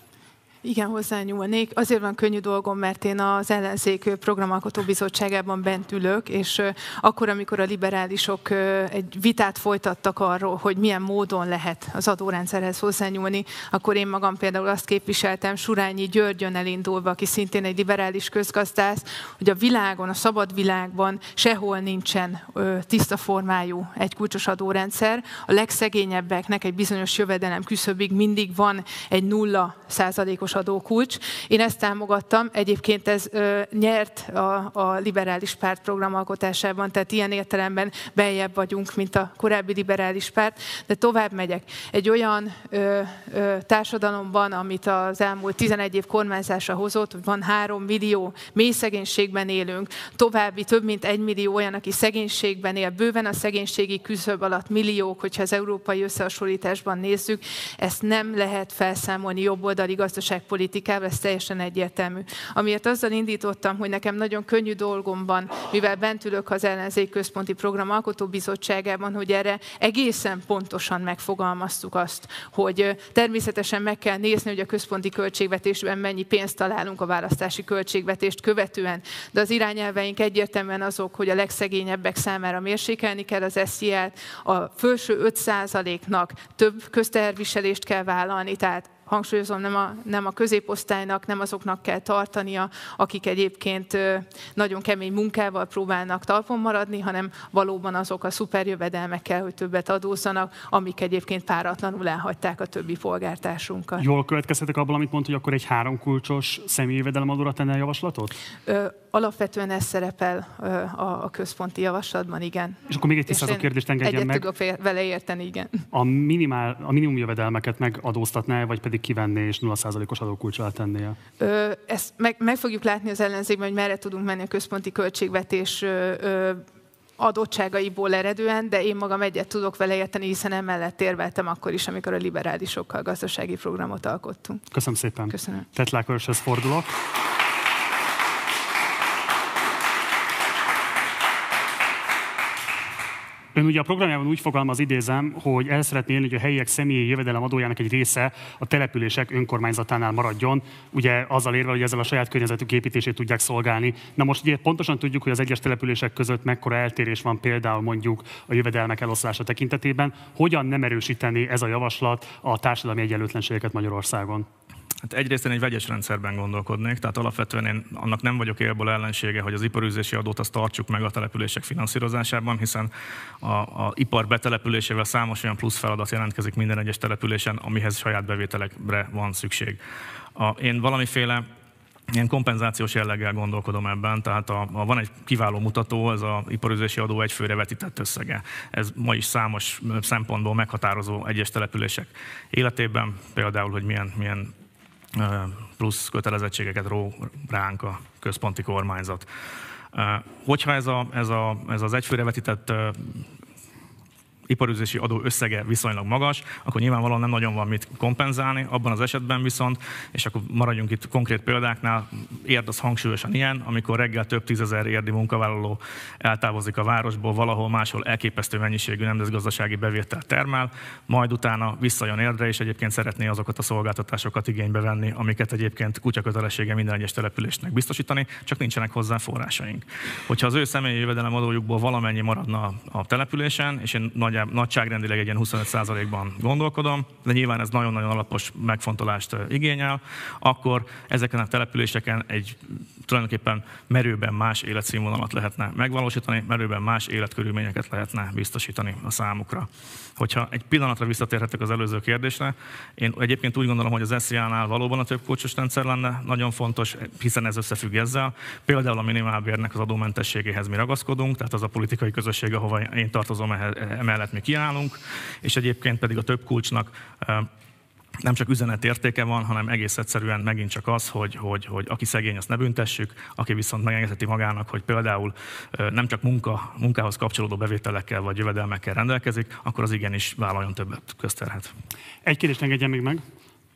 Igen, hozzányúlnék. Azért van könnyű dolgom, mert én az ellenzék programalkotó bizottságában bent ülök, és akkor, amikor a liberálisok egy vitát folytattak arról, hogy milyen módon lehet az adórendszerhez hozzányúlni, akkor én magam például azt képviseltem Surányi Györgyön elindulva, aki szintén egy liberális közgazdász, hogy a világon, a szabad világban sehol nincsen tiszta formájú egy kulcsos adórendszer. A legszegényebbeknek egy bizonyos jövedelem küszöbig mindig van egy nulla százalékos adókulcs. Én ezt támogattam, egyébként ez ö, nyert a, a liberális párt programalkotásában, tehát ilyen értelemben beljebb vagyunk, mint a korábbi liberális párt, de tovább megyek. Egy olyan ö, ö, társadalomban, amit az elmúlt tizenegy év kormányzása hozott, hogy van három millió mély szegénységben élünk, további több mint egy millió olyan, aki szegénységben él, bőven a szegénységi küszöb alatt milliók, hogyha az európai összehasonlításban nézzük, ezt nem lehet felszámolni jobboldali gazdaság politikával, ez teljesen egyértelmű. Amiért azzal indítottam, hogy nekem nagyon könnyű dolgom van, mivel bent ülök az Ellenzék Központi Program Alkotó Bizottságában, hogy erre egészen pontosan megfogalmaztuk azt, hogy természetesen meg kell nézni, hogy a központi költségvetésben mennyi pénzt találunk a választási költségvetést követően, de az irányelveink egyértelműen azok, hogy a legszegényebbek számára mérsékelni kell az es zé á-t, a felső öt százaléknak több közteherviselést kell vállalni, tehát hangsúlyozom, nem a, nem a középosztálynak, nem azoknak kell tartania, akik egyébként nagyon kemény munkával próbálnak talpon maradni, hanem valóban azok a szuperjövedelmekkel, hogy többet adózzanak, amik egyébként páratlanul elhagyták a többi polgártársunkat. Jól következtetek abból, amit mondta, hogy akkor egy három kulcsos személyi jövedelemadóra tenne a javaslatot? Ö, alapvetően ez szerepel ö, a, a központi javaslatban, igen. És akkor még egy tisztázó kérdést engedjen meg. Egyet tudok vele érteni, igen. A, minimál, a minimum jövedelmeket megadóztatná, vagy pedig kivenné és nulla százalékos adókulccsal tennie? Ö, ezt meg, meg fogjuk látni az ellenzékben, hogy merre tudunk menni a központi költségvetés ö, ö, adottságaiból eredően, de én magam egyet tudok vele érteni, hiszen emellett érveltem akkor is, amikor a liberálisokkal gazdasági programot alkottunk. Köszönöm szépen. Köszönöm. Tettler Körshez fordulok. Ön ugye a programjában úgy fogalmaz, idézem, hogy el szeretné élni, hogy a helyiek személyi jövedelem adójának egy része a települések önkormányzatánál maradjon, ugye azzal érve, hogy ezzel a saját környezetük építését tudják szolgálni. Na most ugye pontosan tudjuk, hogy az egyes települések között mekkora eltérés van például mondjuk a jövedelmek eloszlása tekintetében. Hogyan nem erősíteni ez a javaslat a társadalmi egyenlőtlenségeket Magyarországon? Hát egyrészt én egy vegyes rendszerben gondolkodnék, tehát alapvetően én annak nem vagyok élból ellensége, hogy az iparűzési adót azt tartsuk meg a települések finanszírozásában, hiszen a, a ipar betelepülésével számos olyan plusz feladat jelentkezik minden egyes településen, amihez saját bevételekre van szükség. A, én valamiféle ilyen kompenzációs jelleggel gondolkodom ebben, tehát a, a, van egy kiváló mutató, ez az iparűzési adó egyfőre vetített összege. Ez ma is számos szempontból meghatározó egyes települések életében, például, hogy milyen, milyen plusz kötelezettségeket ró ránk a központi kormányzat. Hogyha ez, a, ez, a, ez az egyfőre vetített iparűzési adó összege viszonylag magas, akkor nyilvánvalóan nem nagyon van mit kompenzálni, abban az esetben viszont, és akkor maradjunk itt konkrét példáknál, érd az hangsúlyosan ilyen, amikor reggel több tízezer érdi munkavállaló eltávozik a városból, valahol máshol elképesztő mennyiségű nemzetgazdasági bevételt termel, majd utána visszajön Érdre, és egyébként szeretné azokat a szolgáltatásokat igénybe venni, amiket egyébként kutyakötelessége minden egyes településnek biztosítani, csak nincsenek hozzá forrásaink. Hogyha az ő személyi jövedelem adójukból valamennyi maradna a településen, és én nagy nagyságrendileg egy ilyen huszonöt százalékban gondolkodom, de nyilván ez nagyon-nagyon alapos megfontolást igényel, akkor ezeken a településeken egy tulajdonképpen merőben más életszínvonalat lehetne megvalósítani, merőben más életkörülményeket lehetne biztosítani a számukra. Hogyha egy pillanatra visszatérhetek az előző kérdésre, én egyébként úgy gondolom, hogy az es zé á-nál valóban a több kulcsos rendszer lenne nagyon fontos, hiszen ez összefügg ezzel. Például a minimálbérnek az adómentességéhez mi ragaszkodunk, tehát az a politikai közösség, ahova én tartozom, emellett mi kiállunk, és egyébként pedig a több kulcsnak nem csak üzenetértéke van, hanem egész egyszerűen megint csak az, hogy, hogy, hogy aki szegény, azt ne büntessük, aki viszont megengedheti magának, hogy például nem csak munka, munkához kapcsolódó bevételekkel vagy jövedelmekkel rendelkezik, akkor az igenis vállaljon többet közterhet. Egy kérdést engedjen még meg.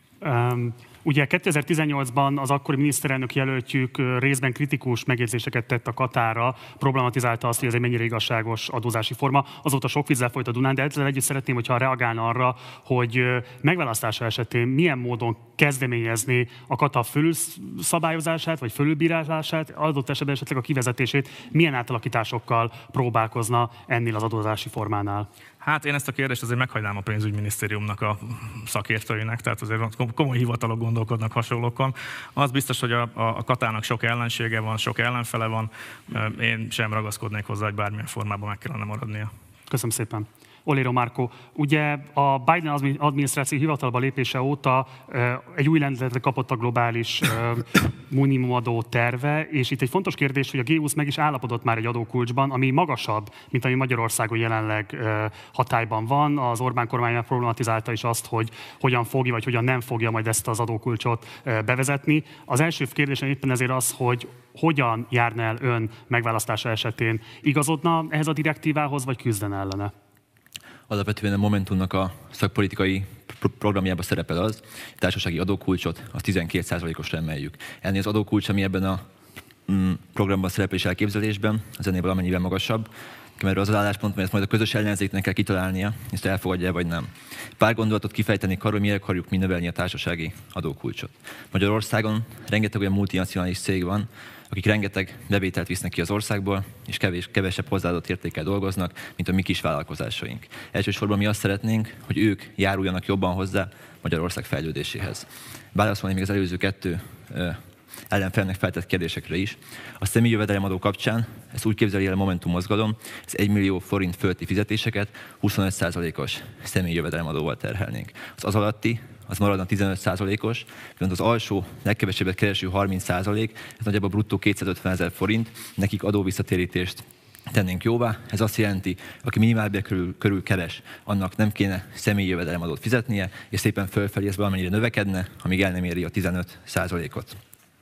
Um... Ugye kétezer-tizennyolcban az akkori miniszterelnök jelöltjük részben kritikus megjegyzéseket tett a Katára, problematizálta azt, hogy ez egy mennyire igazságos adózási forma. Azóta sok vízzel folyt a Dunán, de ezzel együtt szeretném, hogyha reagálna arra, hogy megválasztása esetén milyen módon kezdeményezni a Kata fölülszabályozását, vagy fölülbírálását, adott esetben esetleg a kivezetését, milyen átalakításokkal próbálkozna ennél az adózási formánál? Hát én ezt a kérdést azért meghagynám a pénzügyminisztériumnak a szakértőinek, tehát azért komoly hivatalok gondolkodnak hasonlókon. Az biztos, hogy a, a Katának sok ellensége van, sok ellenfele van, én sem ragaszkodnék hozzá, hogy bármilyen formában meg kellene maradnia. Köszönöm szépen. Oléro Márkó, ugye a Biden adminisztráció hivatalba lépése óta egy új lendületre kapott a globális minimumadó terve, és itt egy fontos kérdés, hogy a gé húsz meg is állapodott már egy adókulcsban, ami magasabb, mint ami Magyarországon jelenleg hatályban van. Az Orbán kormány problematizálta is azt, hogy hogyan fogja, vagy hogyan nem fogja majd ezt az adókulcsot bevezetni. Az első kérdésem éppen ezért az, hogy hogyan járna el ön megválasztása esetén? Igazodna ehhez a direktívához, vagy küzdene ellene? Alapvetően a Momentumnak a szakpolitikai programjában szerepel az, a társasági adókulcsot az tizenkét százalékosra emeljük. Ennél az adókulcs, ami ebben a programban szerepel és elképzelésben, az ennél valamennyivel magasabb. Mert az az álláspont, mert ezt majd a közös ellenzéknek kell kitalálnia, ezt elfogadja vagy nem. Pár gondolatot kifejteni arról, hogy miért akarjuk mi növelni a társasági adókulcsot. Magyarországon rengeteg olyan multinacionális cég van, akik rengeteg bevételt visznek ki az országból, és kevés, kevesebb hozzáadott értékkel dolgoznak, mint a mi kis vállalkozásaink. Elsősorban mi azt szeretnénk, hogy ők járuljanak jobban hozzá Magyarország fejlődéséhez. Válaszolni még az előző kettő ellenfelnek feltett kérdésekre is. A személyi jövedelemadó kapcsán, ezt úgy képzeli el a Momentum mozgalom, ez egy millió forint fölötti fizetéseket huszonöt százalékos személyi jövedelemadóval terhelnénk. Az az alatti, az maradna tizenöt százalékos, viszont az alsó, legkevesebbet kereső harminc százalék, ez nagyjából bruttó kétszázötven ezer forint, nekik adóvisszatérítést tennénk jóvá. Ez azt jelenti, aki minimálbér körül, körül keres, annak nem kéne személyi jövedelemadót fizetnie, és szépen fölfelé ez valamennyire növekedne, amíg el nem éri a tizenöt százalékot.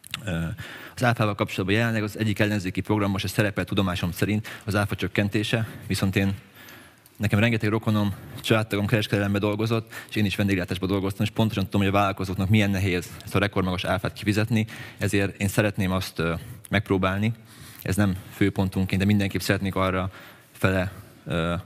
Az áfával kapcsolatban jelenleg az egyik ellenzéki programban se szerepel tudomásom szerint az áfa csökkentése, viszont én nekem rengeteg rokonom, családtagom kereskedelemben dolgozott, és én is vendéglátásban dolgoztam, és pontosan tudom, hogy a vállalkozóknak milyen nehéz ezt a rekordmagas áfát kifizetni, ezért én szeretném azt uh, megpróbálni, ez nem főpontunként, de mindenképp szeretnék arra fele uh,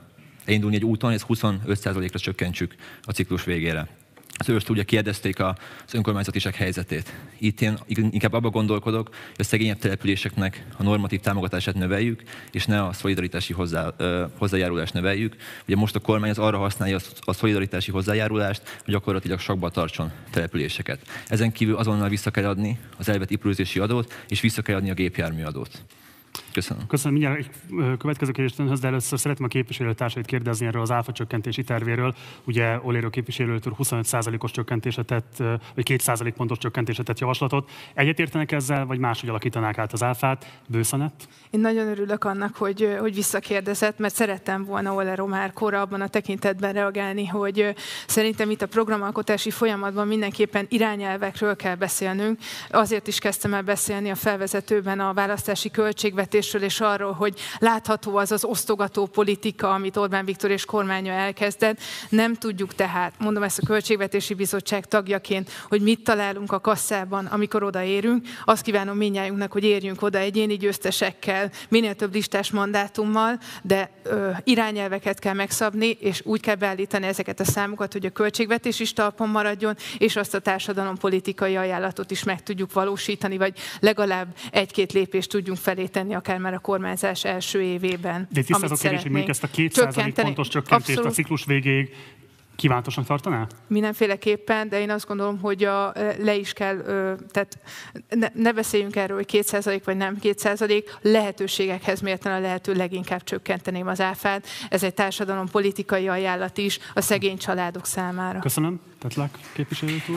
elindulni egy úton, ezt huszonöt százalékra csökkentsük a ciklus végére. Az őrszt ugye kérdezték az önkormányzatiság helyzetét. Itt én inkább abba gondolkodok, hogy a szegényebb településeknek a normatív támogatását növeljük, és ne a szolidaritási hozzá, ö, hozzájárulást növeljük. Ugye most a kormány az arra használja a szolidaritási hozzájárulást, hogy gyakorlatilag sakba tartson településeket. Ezen kívül azonnal vissza kell adni az elvett épülőzési adót, és vissza kell adni a gépjárműadót. Köszönöm. Köszönöm. Mindjárt egy következő kérdést önhöz, de először szeretném a képviselőtársait kérdezni erről az áfa csökkentési tervéről. Ugye Oléro képviselő úr huszonöt százalékos csökkentéset tett, vagy két százalék pontos csökkentéset tett javaslatot. Egyetértenek ezzel, vagy máshogy alakítanák át az áfát? Bősz Anett? Én nagyon örülök annak, hogy, hogy visszakérdezett, mert szerettem volna Oléro már korábban a tekintetben reagálni, hogy szerintem itt a programalkotási folyamatban mindenképpen irányelvekről kell beszélnünk. Azért is kezdtem el beszélni a felvezetőben a választási költségvetésről, és arról, hogy látható az az osztogató politika, amit Orbán Viktor és kormánya elkezdett. Nem tudjuk tehát, mondom ezt a Költségvetési Bizottság tagjaként, hogy mit találunk a kasszában, amikor odaérünk. Azt kívánom mindnyájunknak, hogy érjünk oda egyéni győztesekkel, minél több listás mandátummal, de ö, irányelveket kell megszabni, és úgy kell beállítani ezeket a számokat, hogy a költségvetés is talpon maradjon, és azt a társadalompolitikai ajánlatot is meg tudjuk valósítani, vagy legalább egy-két lépést tudjunk felé tenni, akár már a kormányzás első évében. De tisztázó kérdés, hogy mondjuk ezt a két százalék pontos csökkentést abszolút a ciklus végéig kívánatosan tartaná? Mindenféleképpen, de én azt gondolom, hogy a, le is kell, tehát ne, ne beszéljünk erről, hogy két százalék vagy nem két százalék, lehetőségekhez mérten a lehető leginkább csökkenteném az áfát. Ez egy társadalom politikai ajánlat is a szegény családok számára. Köszönöm. Tetlák képviselő úr.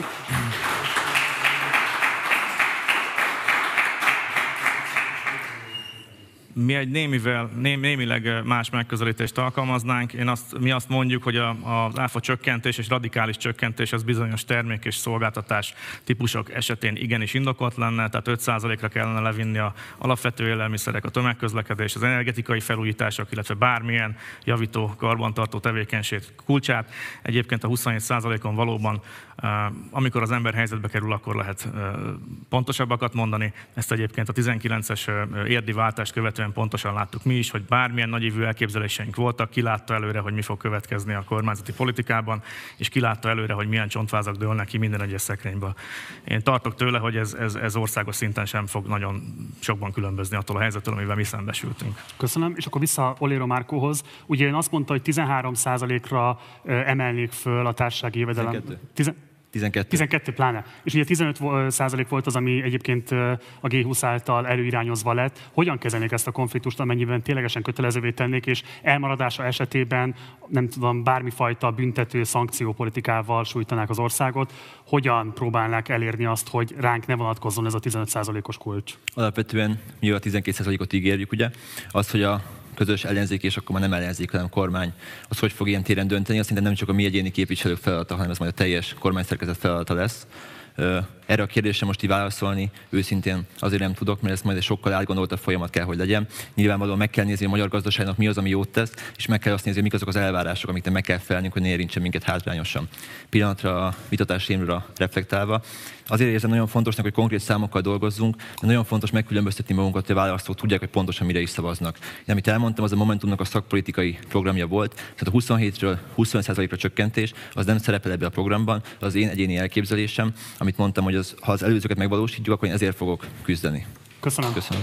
Mi egy némivel, ném, némileg más megközelítést alkalmaznánk. Én azt, mi azt mondjuk, hogy a, az áfa csökkentés és radikális csökkentés az bizonyos termék és szolgáltatás típusok esetén igenis indokolt lenne, tehát öt százalékra kellene levinni a alapvető élelmiszerek, a tömegközlekedés, az energetikai felújítások, illetve bármilyen javító, karbantartó tevékenység kulcsát. Egyébként a huszonhét százalékon valóban, amikor az ember helyzetbe kerül, akkor lehet pontosabbakat mondani. Ezt egyébként a tizenkilences érdi váltást követően pontosan láttuk mi is, hogy bármilyen nagyívű elképzeléseink voltak, ki látta előre, hogy mi fog következni a kormányzati politikában, és ki látta előre, hogy milyen csontvázak dőlnek ki minden egyes szekrényből. Én tartok tőle, hogy ez, ez, ez országos szinten sem fog nagyon sokban különbözni attól a helyzettől, amivel mi szembesültünk. Köszönöm, és akkor vissza Oléro Márkóhoz. Ugye ön azt mondta, hogy tizenhárom százalékra emelnék föl a társasági jövedelem. tizenkettő. tizenkettő pláne. És ugye tizenöt százalék volt az, ami egyébként a G húsz által előirányozva lett. Hogyan kezelnék ezt a konfliktust, amennyiben ténylegesen kötelezővé tennék, és elmaradása esetében nem tudom, bármifajta büntető szankciópolitikával sújtanák az országot? Hogyan próbálnák elérni azt, hogy ránk ne vonatkozzon ez a tizenöt százalékos kulcs? Alapvetően mi a tizenkét százalékot ígérjük, ugye? Azt, hogy a közös ellenzék, és akkor már nem ellenzék, hanem kormány, az hogy fog ilyen téren dönteni, azt szerintem nem csak a mi egyéni képviselők feladata, hanem ez majd a teljes kormányszerkezet feladata lesz. Erre a kérdésre most így válaszolni őszintén azért nem tudok, mert ez majd egy sokkal átgondoltabb folyamat kell, hogy legyen. Nyilvánvalóan meg kell nézni a magyar gazdaságnak mi az, ami jót tesz, és meg kell azt nézni, mik azok az elvárások, amiket meg kell felnünk, hogy ne érintsen minket hátrányosan. Pillanatra a vitatásémra reflektálva, azért érzem nagyon fontosnak, hogy konkrét számokkal dolgozzunk, de nagyon fontos megkülönböztetni magunkat, hogy a választók tudják, hogy pontosan mire is szavaznak. Én, amit elmondtam, az a Momentumnak a szakpolitikai programja volt, tehát a huszonhétről huszonöt százalékra csökkentés, az nem szerepel ebbe a programban, az én egyéni elképzelésem, amit mondtam, hogy az, ha az előzőket megvalósítjuk, akkor én ezért fogok küzdeni. Köszönöm. Köszönöm.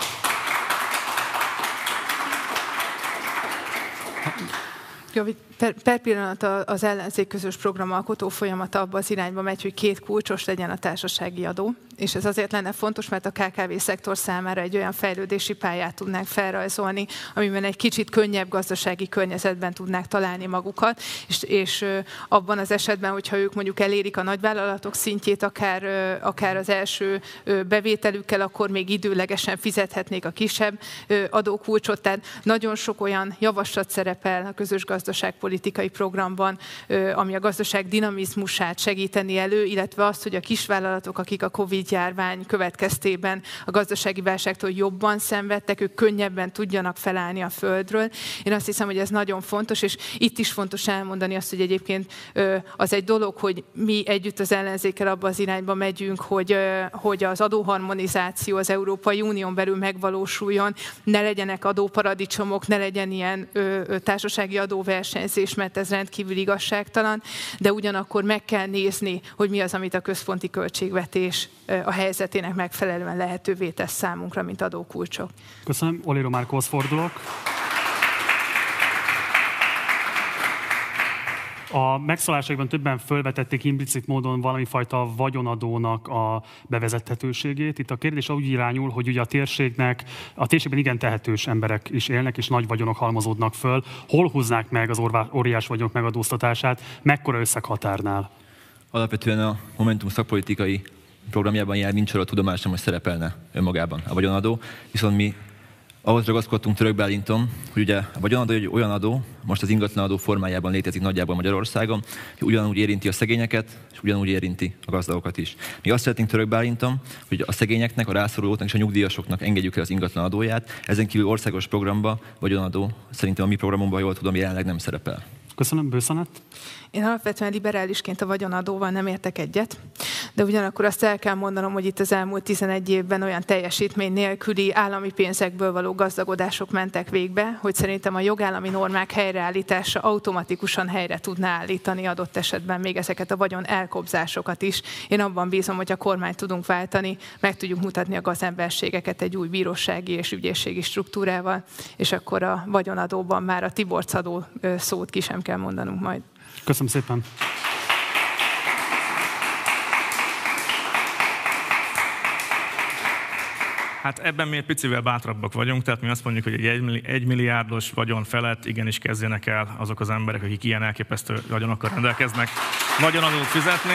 Per, per pillanat az ellenzék közös programalkotó folyamata abba az irányba megy, hogy két kulcsos legyen a társasági adó, és ez azért lenne fontos, mert a ká ká vé szektor számára egy olyan fejlődési pályát tudnánk felrajzolni, amiben egy kicsit könnyebb gazdasági környezetben tudnák találni magukat, és, és abban az esetben, hogyha ők mondjuk elérik a nagyvállalatok szintjét, akár, akár az első bevételükkel, akkor még időlegesen fizethetnék a kisebb adókulcsot, tehát nagyon sok olyan javaslat szerepel a közös gazdaságpolitikában, gazdaságpolitikai programban, ami a gazdaság dinamizmusát segíteni elő, illetve azt, hogy a kisvállalatok, akik a Covid-járvány következtében a gazdasági válságtól jobban szenvedtek, ők könnyebben tudjanak felállni a földről. Én azt hiszem, hogy ez nagyon fontos, és itt is fontos elmondani azt, hogy egyébként az egy dolog, hogy mi együtt az ellenzékkel abba az irányba megyünk, hogy, hogy az adóharmonizáció az Európai Unión belül megvalósuljon, ne legyenek adóparadicsomok, ne legyen ilyen társasági adóversenyzés, mert ez rendkívül igazságtalan, de ugyanakkor meg kell nézni, hogy mi az, amit a központi költségvetés a helyzetének megfelelően lehetővé tesz számunkra, mint adókulcsok. Köszönöm. Oléro Márkóhoz fordulok. A megszólásokban többen felvetették implicit módon valami fajta vagyonadónak a bevezethetőségét. Itt a kérdés úgy irányul, hogy ugye a térségnek, a térségben igen tehetős emberek is élnek, és nagy vagyonok halmozódnak föl. Hol húznák meg az óriás vagyonok megadóztatását, mekkora összeghatárnál? Alapvetően a Momentum szakpolitikai programjában jár nincs arra a tudomásom, hogy szerepelne önmagában a vagyonadó, viszont mi ahhoz ragaszkodtunk Török Bálinton, hogy ugye a vagyonadó egy olyan adó, most az ingatlanadó formájában létezik nagyjából Magyarországon, hogy ugyanúgy érinti a szegényeket, és ugyanúgy érinti a gazdagokat is. Mi azt szeretnénk Török Bálinton, hogy a szegényeknek, a rászorulóknak és a nyugdíjasoknak engedjük el az ingatlanadóját. Ezen kívül országos programba vagyonadó szerintem a mi programunkban, jól tudom, jelenleg nem szerepel. Köszönöm, Bősz Anett. Én alapvetően liberálisként a vagyonadóval nem értek egyet, de ugyanakkor azt el kell mondanom, hogy itt az elmúlt tizenegy évben olyan teljesítmény nélküli állami pénzekből való gazdagodások mentek végbe, hogy szerintem a jogállami normák helyreállítása automatikusan helyre tudná állítani adott esetben még ezeket a vagyon elkobzásokat is. Én abban bízom, hogy a kormányt tudunk váltani, meg tudjuk mutatni a gazemberségeket egy új bírósági és ügyészségi struktúrával, és akkor a vagyonadóban már a Tiborcadó szót ki sem kell mondanunk majd. Köszönöm szépen. Hát ebben mi egy picivel bátrabbak vagyunk, tehát mi azt mondjuk, hogy egy egymilliárdos vagyon felett igenis kezdjenek el azok az emberek, akik ilyen elképesztő vagyonokkal rendelkeznek, vagyonadót fizetni.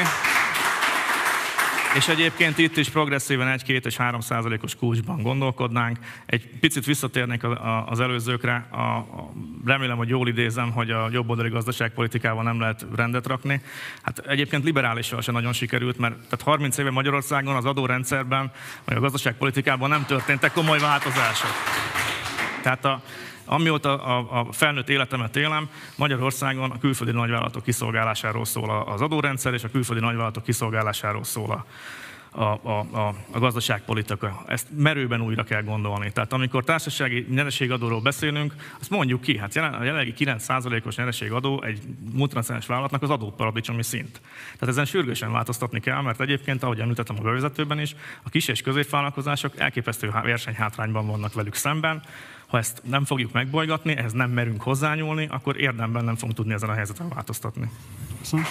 És egyébként itt is progresszíven egy-két és három százalékos kulcsban gondolkodnánk. Egy picit visszatérnék az előzőkre. A, a, remélem, hogy jól idézem, hogy a jobboldali gazdaságpolitikával nem lehet rendet rakni. Hát egyébként liberálissal se nagyon sikerült, mert tehát harminc éve Magyarországon az adórendszerben, vagy a gazdaságpolitikában nem történtek komoly változások. Tehát a Amióta a, a felnőtt életemet élem, Magyarországon a külföldi nagyvállalatok kiszolgálásáról szól az adórendszer, és a külföldi nagyvállalatok kiszolgálásáról szól a, a, a, a, a gazdaságpolitika. Ezt merőben újra kell gondolni. Tehát amikor társasági nyereségadóról beszélünk, azt mondjuk ki, hát jelen, a jelenlegi kilenc százalékos nyereségadó egy multinacionális vállalatnak az adóparadicsomi szint. Tehát ezen sürgősen változtatni kell, mert egyébként, ahogy említettem a bevezetőben is, a kis és középvállalkozások elképesztő versenyhátrányban vannak velük szemben. Ha ezt nem fogjuk megbolygatni, ehhez nem merünk hozzányúlni, akkor érdemben nem fogunk tudni ezen a helyzeten változtatni. Köszönöm.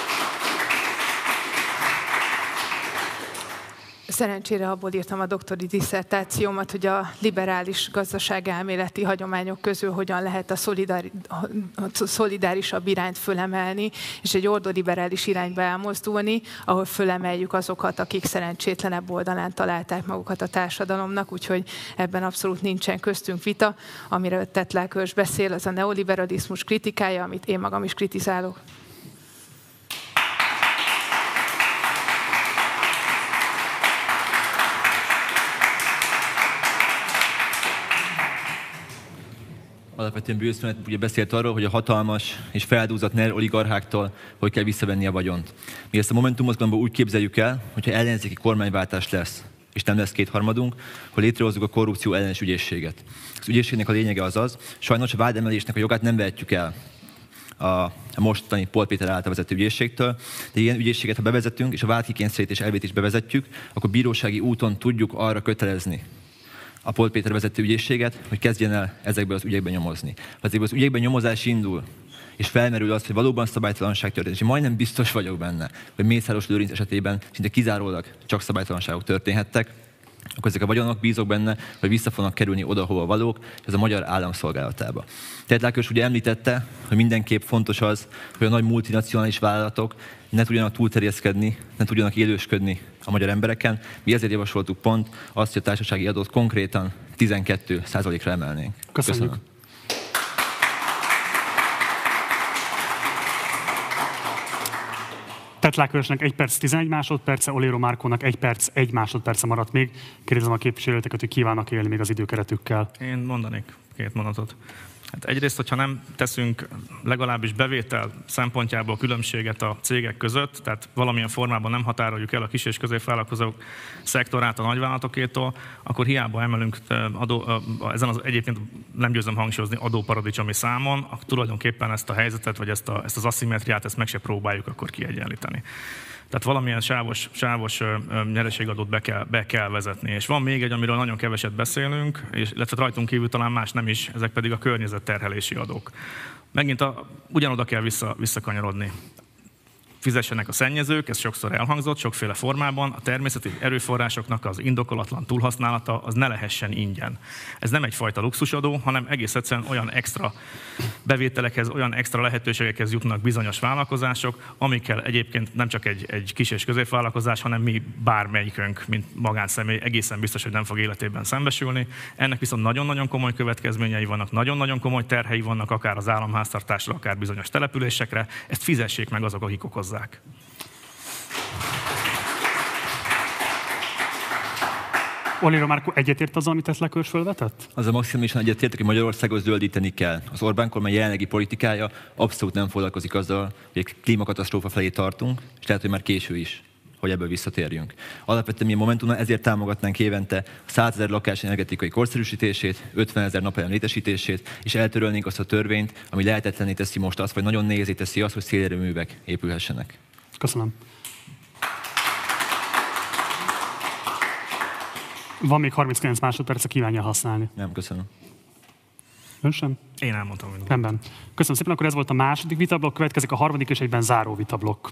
Szerencsére abból írtam a doktori disszertációmat, hogy a liberális gazdaságelméleti hagyományok közül hogyan lehet a, szolidári, a szolidárisabb irányt fölemelni, és egy ordoliberális irányba elmozdulni, ahol fölemeljük azokat, akik szerencsétlenebb oldalán találták magukat a társadalomnak, úgyhogy ebben abszolút nincsen köztünk vita. Amire Tetlákörs beszél, az a neoliberalizmus kritikája, amit én magam is kritizálok. Alapvetően Bőszönet ugye beszélt arról, hogy a hatalmas és feldúzott oligarcháktól hogy kell visszavenni a vagyont. Mi ezt a Momentum mozgalomban úgy képzeljük el, hogyha ellenzéki kormányváltás lesz, és nem lesz kétharmadunk, hogy létrehozzuk a korrupció ellenes ügyészséget. Az ügyészségnek a lényege az az, sajnos a vádemelésnek a jogát nem vehetjük el a mostani Pól Péter által vezető ügyészségtől, de ilyen ügyészséget, ha bevezetünk, és a vádkikényszerítés elvét is bevezetjük, akkor bírósági úton tudjuk arra kötelezni a Pól Péter vezető ügyészséget, hogy kezdjen el ezekben az ügyekben nyomozni. Ha ezekben az ügyekben nyomozás indul, és felmerül az, hogy valóban szabálytalanság történt, és én majdnem biztos vagyok benne, hogy Mészáros Lőrinc esetében szinte kizárólag csak szabálytalanságok történhettek, akkor ezek a vagyonok, bízok benne, hogy vissza fognak kerülni oda, hova valók, ez a magyar állam szolgálatába. Tetlákörs ugye említette, hogy mindenképp fontos az, hogy a nagy multinacionális vállalatok ne tudjanak túlterjeszkedni, ne tudjanak élősködni a magyar embereken. Mi ezért javasoltuk pont azt, hogy a társasági adót konkrétan tizenkét százalékra emelnénk. Köszönjük. Köszönöm. Tetlákörsnek egy perc tizenegy másodperce, Oléro Márkónak egy perc egy másodperce maradt még. Kérdezem a képviselőteket, hogy kívánnak élni még az időkeretükkel. Én mondanék két mondatot. Hát egyrészt, hogyha nem teszünk legalábbis bevétel szempontjából különbséget a cégek között, tehát valamilyen formában nem határoljuk el a kis és középvállalkozók szektorát a nagyvállalatokétól, akkor hiába emelünk adó, ezen az egyébként nem győzöm hangsúlyozni adóparadicsomi számon, akkor tulajdonképpen ezt a helyzetet, vagy ezt, a, ezt az aszimmetriát, ezt meg se próbáljuk akkor kiegyenlíteni. Tehát valamilyen sávos, sávos nyereségadót be kell, be kell vezetni. És van még egy, amiről nagyon keveset beszélünk, és illetve rajtunk kívül talán más nem is, ezek pedig a környezetterhelési adók. Megint a, ugyanoda kell vissza, visszakanyarodni. Fizessenek a szennyezők, ez sokszor elhangzott, sokféle formában, a természeti erőforrásoknak az indokolatlan túlhasználata az ne lehessen ingyen. Ez nem egyfajta luxusadó, hanem egész egyszerűen olyan extra bevételekhez, olyan extra lehetőségekhez jutnak bizonyos vállalkozások, amikkel egyébként nem csak egy, egy kis és középvállalkozás, hanem mi bármelyikünk, mint magánszemély egészen biztos, hogy nem fog életében szembesülni. Ennek viszont nagyon-nagyon komoly következményei vannak, nagyon-nagyon komoly terhei vannak akár az államháztartásra, akár bizonyos településekre. Ezt fizessék meg azok, akik okozzák. Oléro Márkó egyetért azzal, amit Tetlakörs fölvetett? Az a maximálisan egyetértek, hogy Magyarországot zöldíteni kell. Az Orbán kormány jelenlegi politikája abszolút nem foglalkozik azzal, hogy egy klímakatasztrófa felé tartunk, és lehet, hogy már késő is, hogy ebből visszatérjünk. Alapvetően mi a Momentumon ezért támogatnánk évente százezer lakás energetikai korszerűsítését, ötvenezer napelem létesítését, és eltörölnénk azt a törvényt, ami lehetetlenné teszi most azt, vagy nagyon nehézé teszi azt, hogy szélerőművek épülhessenek. Köszönöm. Van még harminckilenc másodperce, kívánja használni. Nem, köszönöm. Ön sem? Én elmondtam, hogy Rendben. Köszönöm szépen, akkor ez volt a második vitablokk, következik a harmadik és egyben záró vitablokk.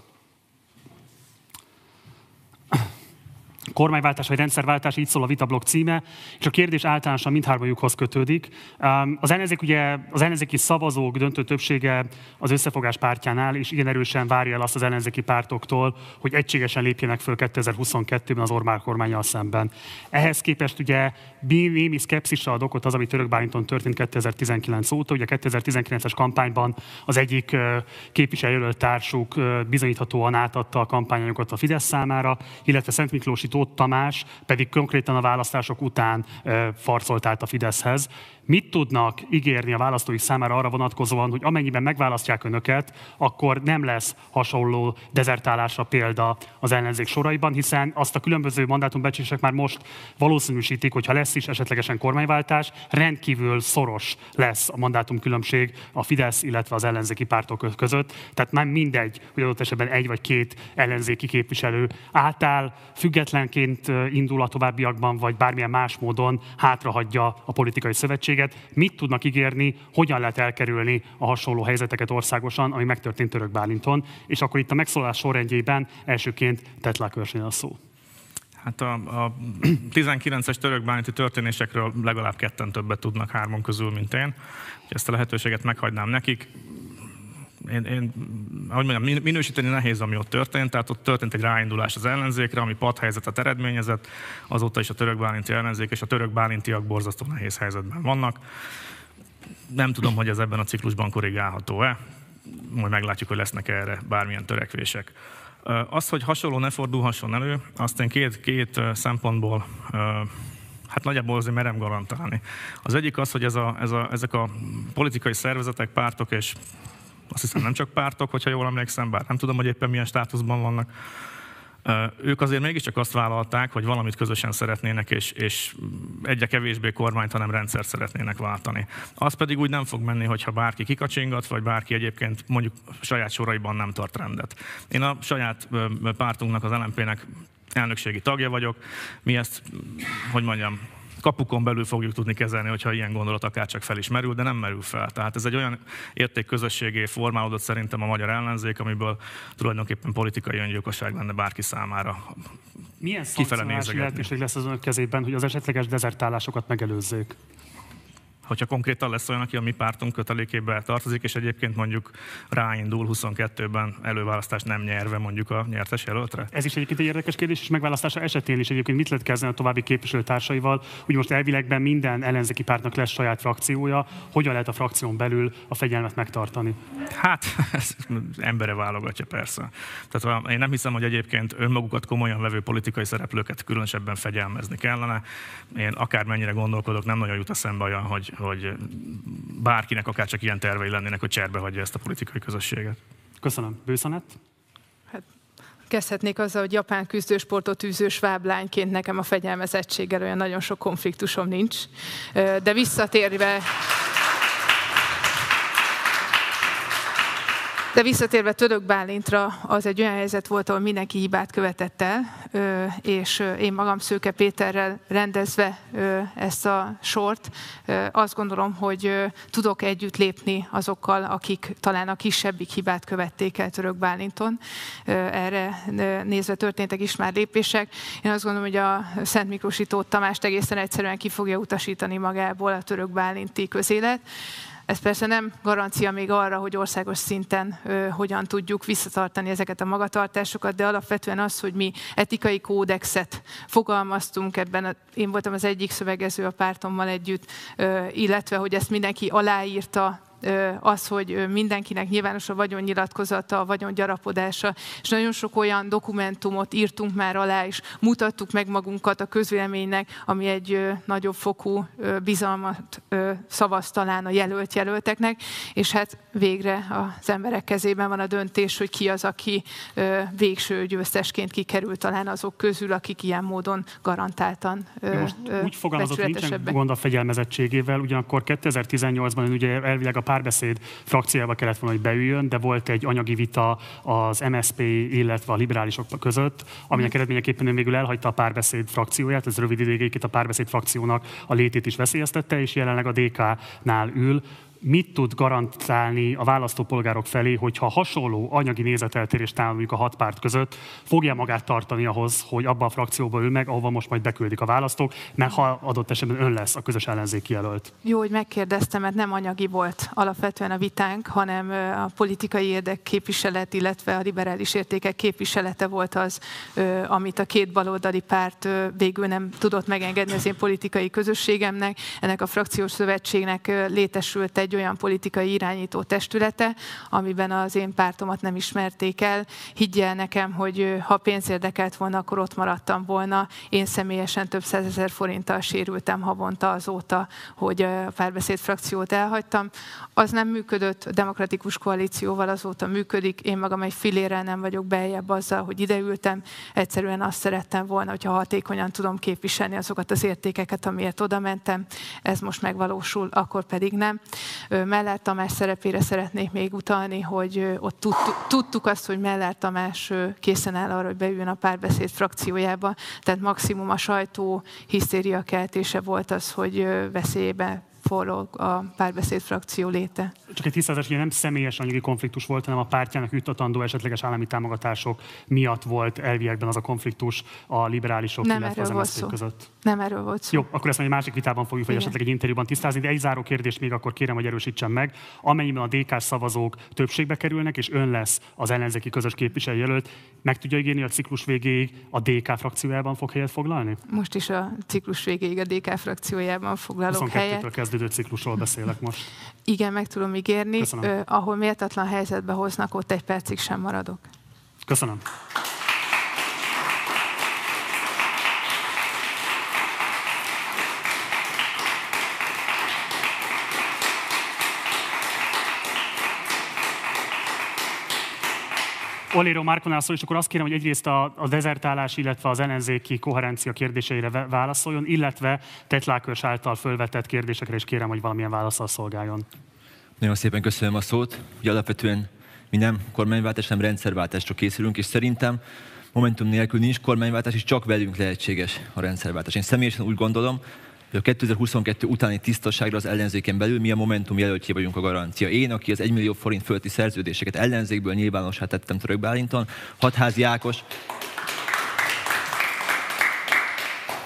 Kormányváltás vagy rendszerváltás, így szól a vitablokk címe, és a kérdés általánosan mindhármajukhoz kötődik. Az ellenzék, ugye, az ellenzéki szavazók döntő többsége az Összefogás pártjánál, és igen erősen várja el azt az ellenzéki pártoktól, hogy egységesen lépjenek föl kétezer-huszonkettőben az Orbán kormánnyal szemben. Ehhez képest ugye némi szkepszisre ad okot az, ami Török Bálinton történt kétezer-tizenkilenc óta. Ugye a kétezer-tizenkilences kampányban az egyik képviselőjelölt társuk bizonyíthatóan átadta a kampányokat a Fidesz számára, illetve Szent Miklósi Tóth Tamás pedig konkrétan a választások után e, farcolt át a Fideszhez. Mit tudnak ígérni a választóik számára arra vonatkozóan, hogy amennyiben megválasztják önöket, akkor nem lesz hasonló dezertálásra példa az ellenzék soraiban, hiszen azt a különböző mandátumbecsések már most valószínűsítik, hogy ha lesz is esetlegesen kormányváltás, rendkívül szoros lesz a mandátumkülönbség a Fidesz, illetve az ellenzéki pártok között. Tehát nem mindegy, hogy adott esetben egy vagy két ellenzéki képviselő átáll, függetlenként indul a továbbiakban, vagy bármilyen más módon hátrahagyja a politikai szövetséget. Mit tudnak ígérni, hogyan lehet elkerülni a hasonló helyzeteket országosan, ami megtörtént Török Bálinton, és akkor itt a megszólalás sorrendjében elsőként Tetlakörsnél a szó. Hát a, a tizenkilences török bálinti történésekről legalább ketten többet tudnak hárman közül, mint én. Ezt a lehetőséget meghagynám nekik. Én, én, ahogy mondjam, minősíteni nehéz, ami ott történt, tehát ott történt egy ráindulás az ellenzékre, ami padhelyzetet eredményezett, azóta is a török bálinti ellenzék és a török bálintiak borzasztó nehéz helyzetben vannak. Nem tudom, hogy ez ebben a ciklusban korrigálható-e, majd meglátjuk, hogy lesznek erre bármilyen törekvések. Az, hogy hasonló ne fordulhasson elő, azt én két, két szempontból hát nagyjából azért merem garantálni. Az egyik az, hogy ez a, ez a, ezek a politikai szervezetek, pártok és azt hiszem nem csak pártok, hogyha jól emlékszem, bár nem tudom, hogy éppen milyen státuszban vannak. Ők azért mégiscsak azt vállalták, hogy valamit közösen szeretnének, és, és egyre kevésbé kormányt, hanem rendszert szeretnének váltani. Az pedig úgy nem fog menni, hogyha bárki kikacsingat, vagy bárki egyébként mondjuk saját soraiban nem tart rendet. Én a saját pártunknak, az el em pé-nek elnökségi tagja vagyok. Mi ezt, hogy mondjam, kapukon belül fogjuk tudni kezelni, hogyha ilyen gondolat akár csak fel is merül, de nem merül fel. Tehát ez egy olyan értékközösségé formálódott szerintem a magyar ellenzék, amiből tulajdonképpen politikai öngyilkosság lenne bárki számára. Milyen szankcionálási lehetőség lesz az önök kezében, hogy az esetleges dezertálásokat megelőzzék? hogyha konkrétan lesz olyan, aki a mi pártunk kötelékébe tartozik, és egyébként mondjuk ráindul huszonkettőben előválasztást nem nyerve mondjuk a nyertes jelöltre? Ez is egyébként egy érdekes kérdés, és megválasztása esetén is egyébként mit lehet kezdeni a további képviselőtársaival? Úgy most elvilegben minden ellenzéki pártnak lesz saját frakciója, hogyan lehet a frakción belül a fegyelmet megtartani? Hát, ez embere válogatja persze. Tehát én nem hiszem, hogy egyébként önmagukat komolyan vevő politikai szereplőket különösebben fegyelmezni kellene. Én akármennyire gondolkodok, nem nagyon jut eszembe olyan, hogy, hogy bárkinek akár csak ilyen tervei lennének, hogy cserbe hagyja ezt a politikai közösséget. Köszönöm. Bősz Anett? Hát, kezdhetnék azzal, hogy japán küzdősportot űző sváblányként nekem a fegyelmezettséggel olyan nagyon sok konfliktusom nincs. De visszatérve... De visszatérve Török Bálintra, az egy olyan helyzet volt, ahol mindenki hibát követett el, és én magam Szőke Péterrel rendezve ezt a sort, azt gondolom, hogy tudok együtt lépni azokkal, akik talán a kisebbik hibát követték el Török Bálinton. Erre nézve történtek is már lépések. Én azt gondolom, hogy a Szent Miklósi Tóth Tamást egészen egyszerűen ki fogja utasítani magából a Török Bálinti közélet. Ez persze nem garancia még arra, hogy országos szinten ö, hogyan tudjuk visszatartani ezeket a magatartásokat, de alapvetően az, hogy mi etikai kódexet fogalmaztunk ebben, a, én voltam az egyik szövegező a pártommal együtt, ö, illetve hogy ezt mindenki aláírta, az, hogy mindenkinek nyilvános a vagyonnyilatkozata, a vagyongyarapodása, és nagyon sok olyan dokumentumot írtunk már alá, és mutattuk meg magunkat a közvéleménynek, ami egy nagyobb fokú bizalmat szavaz talán a jelölt jelölteknek, és hát végre az emberek kezében van a döntés, hogy ki az, aki végső győztesként kikerül talán azok közül, akik ilyen módon garantáltan most úgy fogalmazott, hogy nincsen gond a fegyelmezettségével, ugyanakkor kétezer-tizennyolcban ugye elvileg a Párbeszéd frakciójába kellett volna, hogy beüljön, de volt egy anyagi vita az em es zé pé, illetve a liberálisok között, aminek eredményeképpen ön végül elhagyta a Párbeszéd frakcióját, ez rövid ideig a Párbeszéd frakciónak a létét is veszélyeztette, és jelenleg a dé ká-nál ül. Mit tud garantálni a választópolgárok felé, hogyha hasonló anyagi nézeteltérést támadjuk a hat párt között, fogja magát tartani ahhoz, hogy abban a frakcióba ül meg, ahova most majd beküldik a választók, mert ha adott esetben ön lesz a közös ellenzéki jelölt? Jó, hogy megkérdeztem, mert nem anyagi volt alapvetően a vitánk, hanem a politikai érdekképviselet, illetve a liberális értékek képviselete volt az, amit a két baloldali párt végül nem tudott megengedni az én politikai közösségemnek. Ennek a frakciós szövetségnek létesült egy olyan politikai irányító testülete, amiben az én pártomat nem ismerték el. Higgyel nekem, hogy ha pénz érdekelt volna, akkor ott maradtam volna. Én személyesen több százezer forinttal sérültem havonta azóta, hogy a Párbeszéd frakciót elhagytam. Az nem működött, a Demokratikus Koalícióval azóta működik. Én magam egy fillérrel nem vagyok beljebb azzal, hogy ideültem. Egyszerűen azt szerettem volna, hogyha hatékonyan tudom képviselni azokat az értékeket, amiért oda mentem. Ez most megvalósul, akkor pedig nem. Mellár Tamás szerepére szeretnék még utalni, hogy ott tudtuk, tudtuk azt, hogy Mellár Tamás készen áll arra, hogy beüljön a Párbeszéd frakciójába, tehát maximum a sajtó hisztéria keltése volt az, hogy veszélybe forog a Párbeszéd frakció léte. Csak egy tisztázás, hogy nem személyes anyagi konfliktus volt, hanem a pártjának juttatandó esetleges állami támogatások miatt volt elviekben az a konfliktus a liberálisok, nem illetve az em es zé pé között. Nem erről volt szó. Jó, akkor ezt majd egy másik vitában fogjuk, vagy esetleg egy interjúban tisztázni, de egy záró kérdést még akkor kérem, hogy erősítsen meg. Amennyiben a dé ká-s szavazók többségbe kerülnek, és ön lesz az ellenzéki közös képviselőjelölt, meg tudja ígérni, hogy a ciklus végéig a dé ká frakciójában fog helyet foglalni? Most is a ciklus végéig a dé ká frakciójában foglalok helyet. kezdődő ciklusról beszélek most. Igen, meg tudom ígérni. Uh, ahol méltatlan helyzetbe hoznak, ott egy percig sem maradok. Köszönöm. Oléro Márkonál szól, és akkor azt kérem, hogy egyrészt a, a dezertálás, illetve az ellenzéki koherencia kérdéseire válaszoljon, illetve Tetlákörs által fölvetett kérdésekre is kérem, hogy valamilyen válaszsal szolgáljon. Nagyon szépen köszönöm a szót. Ugye alapvetően mi nem kormányváltás, nem rendszerváltásra készülünk, és szerintem Momentum nélkül nincs kormányváltás, és csak velünk lehetséges a rendszerváltás. Én személyesen úgy gondolom, hogy a kétezer-huszonkettő utáni tisztaságra az ellenzéken belül mi a Momentum jelöltje vagyunk a garancia. Én, aki az egy millió forint fölötti szerződéseket ellenzékből nyilvánossá tettem Török Bálinton, Hatházi Ákos,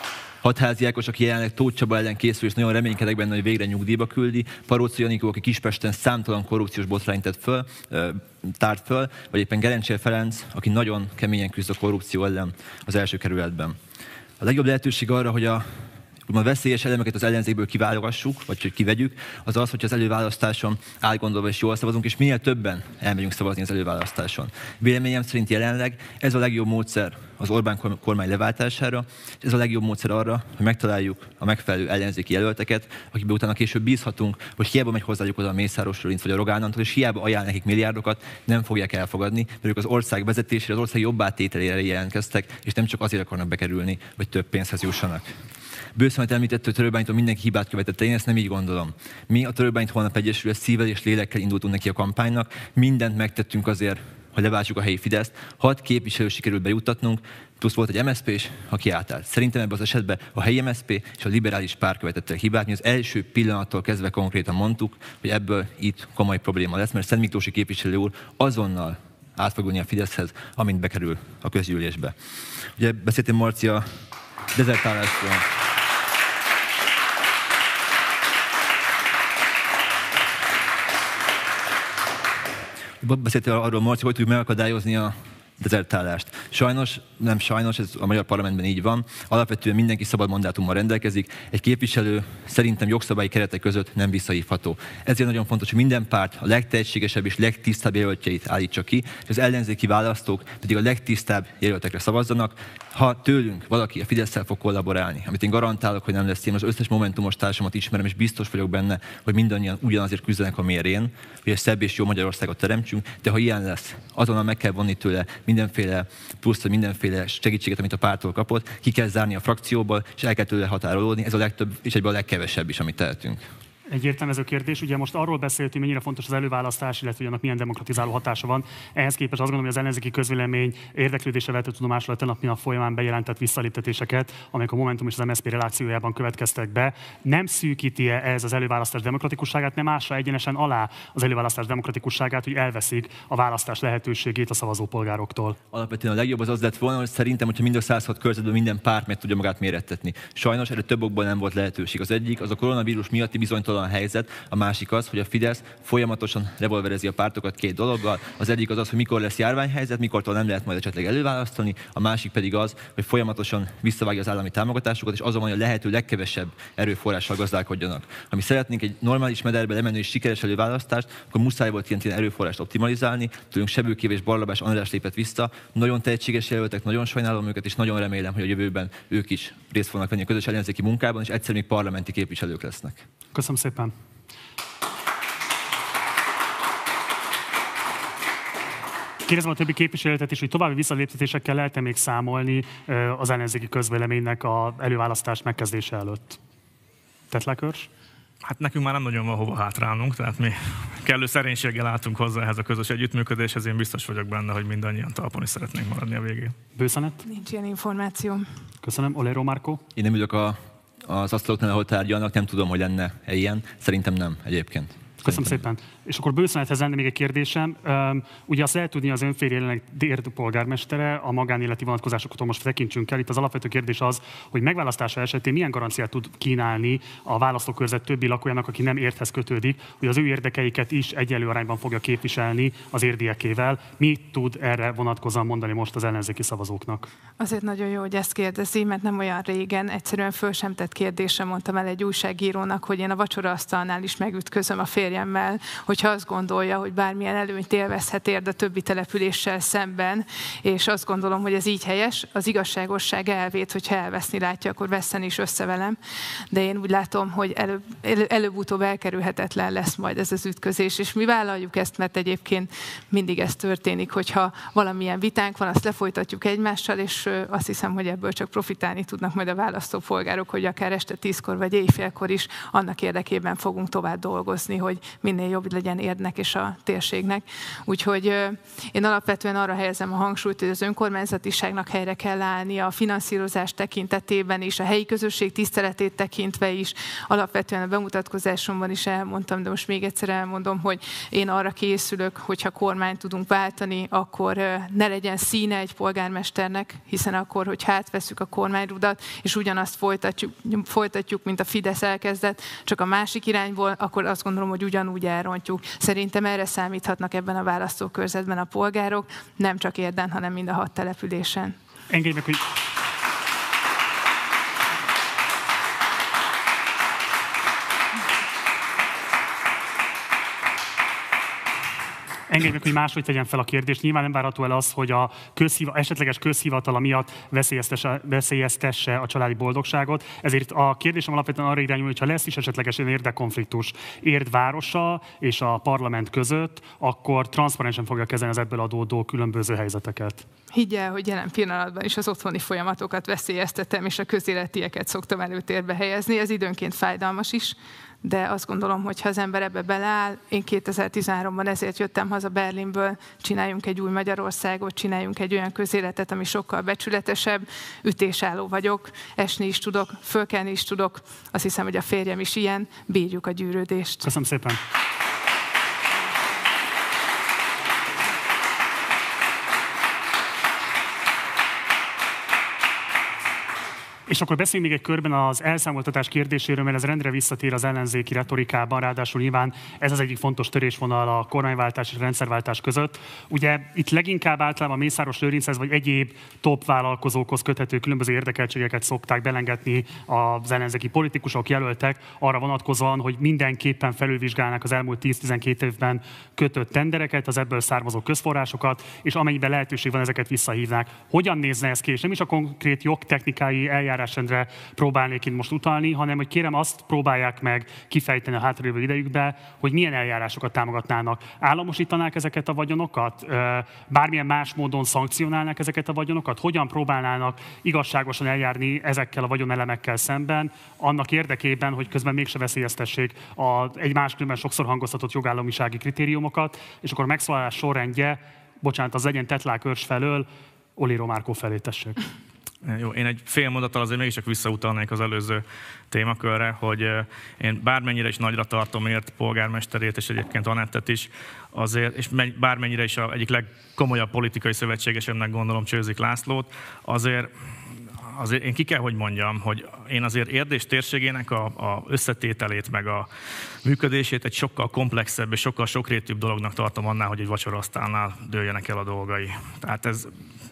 Hat háziákos, aki jelenleg Tóth Csaba ellen készül, és nagyon reménykedek benne, hogy végre nyugdíjba küldi. Paróczi Janikó, aki Kispesten számtalan korrupciós botrányt tett föl, tárt föl, vagy éppen Gerencsér Ferenc, aki nagyon keményen küzd a korrupció ellen az első kerületben. A legjobb lehetőség arra, hogy a a veszélyes elemeket az ellenzékből kiválogassuk, vagy hogy kivegyük, az az, hogy az előválasztáson átgondolva és jól szavazunk, és minél többen elmegyünk szavazni az előválasztáson. Véleményem szerint jelenleg ez a legjobb módszer az Orbán kormány leváltására, és ez a legjobb módszer arra, hogy megtaláljuk a megfelelő ellenzéki jelölteket, akikbe utána később bízhatunk, hogy hiába megy hozzájuk oda a Mészáros Lőrinc vagy a Rogán Antal, és hiába ajánl nekik milliárdokat, nem fogják elfogadni, mert ők az ország vezetésére, az ország jobbátételére jelentkeztek, és nem csak azért akarnak bekerülni, hogy több pénzhez jussanak. Bőszönet említett, hogy Törőbánytól mindenki hibát követett, én ezt nem így gondolom. Mi a Törőbányt Holnap Egyesület szívvel és lélekkel indultunk neki a kampánynak, mindent megtettünk azért, hogy leváltsuk a helyi Fideszt, hat képviselő sikerült bejuttatnunk, plusz volt egy em es zé pés, aki átállt. Szerintem ebben az esetben a helyi em es zé pé és a liberális párt követett el hibát. Mi az első pillanattól kezdve konkrétan mondtuk, hogy ebből itt komoly probléma lesz, mert Szent Miklósi képviselő úr azonnal át fog ülni a Fideszhez, amint bekerül a közgyűlésbe. Ugye beszéltem Marci a dezertálásról. Beszéltél arról, Marci, hogy tudjuk megakadályozni a dezertálást. Sajnos, nem sajnos, ez a magyar parlamentben így van, alapvetően mindenki szabad mandátummal rendelkezik, egy képviselő szerintem jogszabályi keretek között nem visszahívható. Ezért nagyon fontos, hogy minden párt a legtehetségesebb és legtisztább jelöltjeit állítsa ki, és az ellenzéki választók pedig a legtisztább jelöltekre szavazzanak. Ha tőlünk valaki a Fidesszel fog kollaborálni, amit én garantálok, hogy nem lesz, én az összes momentumos társamat ismerem, és biztos vagyok benne, hogy mindannyian ugyanazért küzdenek, amiért én, hogy egy szebb és jó Magyarországot teremtsünk, de ha ilyen lesz, azonnal meg kell vonni tőle mindenféle plusz, vagy mindenféle segítséget, amit a pártól kapott, ki kell zárni a frakcióból, és el kell tőle határolódni. Ez a legtöbb és egyben a legkevesebb is, amit tehetünk. Egy értelmező kérdés, ugye most arról beszéltünk, hogy mennyire fontos az előválasztás, illetve hogy annak milyen demokratizáló hatása van. Ehhez képest azt gondolom, hogy az ellenzéki közvélemény érdeklődése vette tudomásul a tegnap nap folyamán bejelentett visszaléptetéseket, amelyek a Momentum és az em es zé pé relációjában következtek be. Nem szűkíti-e ez az előválasztás demokratikusságát, nem ássa egyenesen alá az előválasztás demokratikusságát, hogy elveszik a választás lehetőségét a szavazópolgároktól? Alapvetően a legjobb az az lett volna, hogy szerintem, hogyha mind a száz hat körzetben minden párt meg tudja magát mérettetni. Sajnos erre több okból nem volt lehetőség. Az egyik az a koronavírus miatti bizonytalan a helyzet, a másik az, hogy a Fidesz folyamatosan revolverezi a pártokat két dologgal. Az egyik az az, hogy mikor lesz járványhelyzet, mikortól nem lehet majd esetleg előválasztani, a másik pedig az, hogy folyamatosan visszavágja az állami támogatásokat, és azon, hogy a lehető legkevesebb erőforrással gazdálkodjanak. Ha mi szeretnénk egy normális mederbe lemenni és sikeres előválasztást, akkor muszáj volt ilyen, ilyen erőforrást optimalizálni. Tőlünk Sebőkév és Barlabás András lépett vissza. Nagyon tehetséges jelöltek, nagyon sajnálom őket, és nagyon remélem, hogy a jövőben ők is részt fognak venni a közös ellenzéki munkában, és egyszer még parlamenti képviselők lesznek. Köszönöm szépen. Kérdezem a többi képviselőtet is, hogy további visszaléptetésekkel lehet-e még számolni az ellenzéki közvéleménynek az előválasztás megkezdése előtt? Tetlekörs? Hát nekünk már nem nagyon van hova hátrálnunk, tehát mi kellő szerénységgel álltunk hozzá ehhez a közös együttműködéshez. Én biztos vagyok benne, hogy mindannyian talpon is szeretnénk maradni a végén. Bőszenet? Nincs ilyen információ. Köszönöm. Olero Márkó? Én nem ülök a, az asztaloknál, ahol tárgyalnak, nem tudom, hogy lenne-e ilyen. Szerintem nem egyébként. Köszönöm szépen. És akkor Bőszenethez lenne még egy kérdésem. Um, ugye azt lehet tudni, az önfér jelenleg Dérd polgármestere, a magánéleti vonatkozásokat most tekintsünk el. Itt az alapvető kérdés az, hogy megválasztása esetén milyen garanciát tud kínálni a választókörzet többi lakójának, aki nem érthez kötődik, hogy az ő érdekeiket is egyenlő arányban fogja képviselni az érdiekével. Mit tud erre vonatkozóan mondani most az ellenzéki szavazóknak? Azért nagyon jó, hogy ezt kérdezi, mert nem olyan régen, egyszerűen föl sem tett kérdésre mondtam el egy újságírónak, hogy én a vacsoraasztalnál is megütközöm a férjemmel, hogyha azt gondolja, hogy bármilyen előnyt élvezhet Érd a többi településsel szemben, és azt gondolom, hogy ez így helyes, az igazságosság elvét, hogyha elveszni látja, akkor vesszen is össze velem, de én úgy látom, hogy előbb, elő, előbb-utóbb elkerülhetetlen lesz majd ez az ütközés, és mi vállaljuk ezt, mert egyébként mindig ez történik, hogyha valamilyen vitánk van, azt lefolytatjuk egymással, és azt hiszem, hogy ebből csak profitálni tudnak majd a választópolgárok, hogy akár este tízkor vagy éjfélkor is annak érdekében fogunk tovább dolgozni, hogy hogy minél jobb legyen érdnek és a térségnek. Úgyhogy én alapvetően arra helyezem a hangsúlyt, hogy az önkormányzatiságnak helyre kell állni a finanszírozás tekintetében is, a helyi közösség tiszteletét tekintve is. Alapvetően a bemutatkozásomban is elmondtam, de most még egyszer elmondom, hogy én arra készülök, hogyha kormányt tudunk váltani, akkor ne legyen színe egy polgármesternek, hiszen akkor, hogy átveszük a kormányrudat, és ugyanazt folytatjuk, folytatjuk, mint a Fidesz elkezdett, csak a másik irányból, akkor azt gondolom, hogy ugyanúgy elrontjuk. Szerintem erre számíthatnak ebben a választókörzetben a polgárok, nem csak Érden, hanem mind a hat településen. Engedj meg, hogy... Engedj meg, hogy máshogy tegyem fel a kérdést. Nyilván nem várható el az, hogy a közhiva, esetleges közhivatala miatt veszélyeztesse, veszélyeztesse a családi boldogságot. Ezért a kérdésem alapvetően arra irányul, hogy ha lesz is esetlegesen érdekkonfliktus Érd városa és a parlament között, akkor transzparensen fogja kezelni az ebből adódó különböző helyzeteket. Higgy el, hogy jelen pillanatban is az otthoni folyamatokat veszélyeztetem, és a közéletieket szoktam előtérbe helyezni. Ez időnként fájdalmas is, de azt gondolom, hogy ha az ember ebbe beleáll, én kétezer-tizenháromban ezért jöttem haza Berlinből, csináljunk egy új Magyarországot, csináljunk egy olyan közéletet, ami sokkal becsületesebb, ütésálló vagyok, esni is tudok, fölkelni is tudok, azt hiszem, hogy a férjem is ilyen, bírjuk a gyűrődést. Köszönöm szépen! És akkor beszéljünk még egy körben az elszámoltatás kérdéséről, mert ez rendre visszatér az ellenzéki retorikában, ráadásul nyilván ez az egyik fontos törésvonal a kormányváltás és a rendszerváltás között. Ugye itt leginkább általában Mészáros Lőrinchez vagy egyéb top vállalkozókhoz köthető különböző érdekeltségeket szokták belengetni az ellenzéki politikusok, jelöltek arra vonatkozóan, hogy mindenképpen felülvizsgálnak az elmúlt tíz-tizenkét évben kötött tendereket, az ebből származó közforrásokat, és amennyiben lehetőség van, ezeket visszahívnák. Hogyan nézne ez ki? És nem is a konkrét jogtechnikai eljárás eljárásrendre próbálnék itt most utalni, hanem hogy kérem azt próbálják meg kifejteni a hátralévő idejükbe, hogy milyen eljárásokat támogatnának. Államosítanák ezeket a vagyonokat? Bármilyen más módon szankcionálnák ezeket a vagyonokat? Hogyan próbálnának igazságosan eljárni ezekkel a vagyonelemekkel szemben, annak érdekében, hogy közben mégse veszélyeztessék a egy máskülönben sokszor hangoztatott jogállamisági kritériumokat, és akkor a megszólalás sorrendje, bocsánat, az legyen Tetlák Őrs felől, Oli Romárkó felé, tessék. Jó, én egy fél mondattal azért mégiscsak visszautalnék az előző témakörre, hogy én bármennyire is nagyra tartom Érd polgármesterét, és egyébként Anettet is, azért, és bármennyire is az egyik legkomolyabb politikai szövetségesemnek gondolom Csőzik Lászlót, azért, azért én ki kell, hogy mondjam, hogy én azért Érd és térségének a, a összetételét, meg a működését egy sokkal komplexebb és sokkal sokrétűbb dolognak tartom annál, hogy egy vacsoraasztalnál dőljenek el a dolgai. Tehát ez...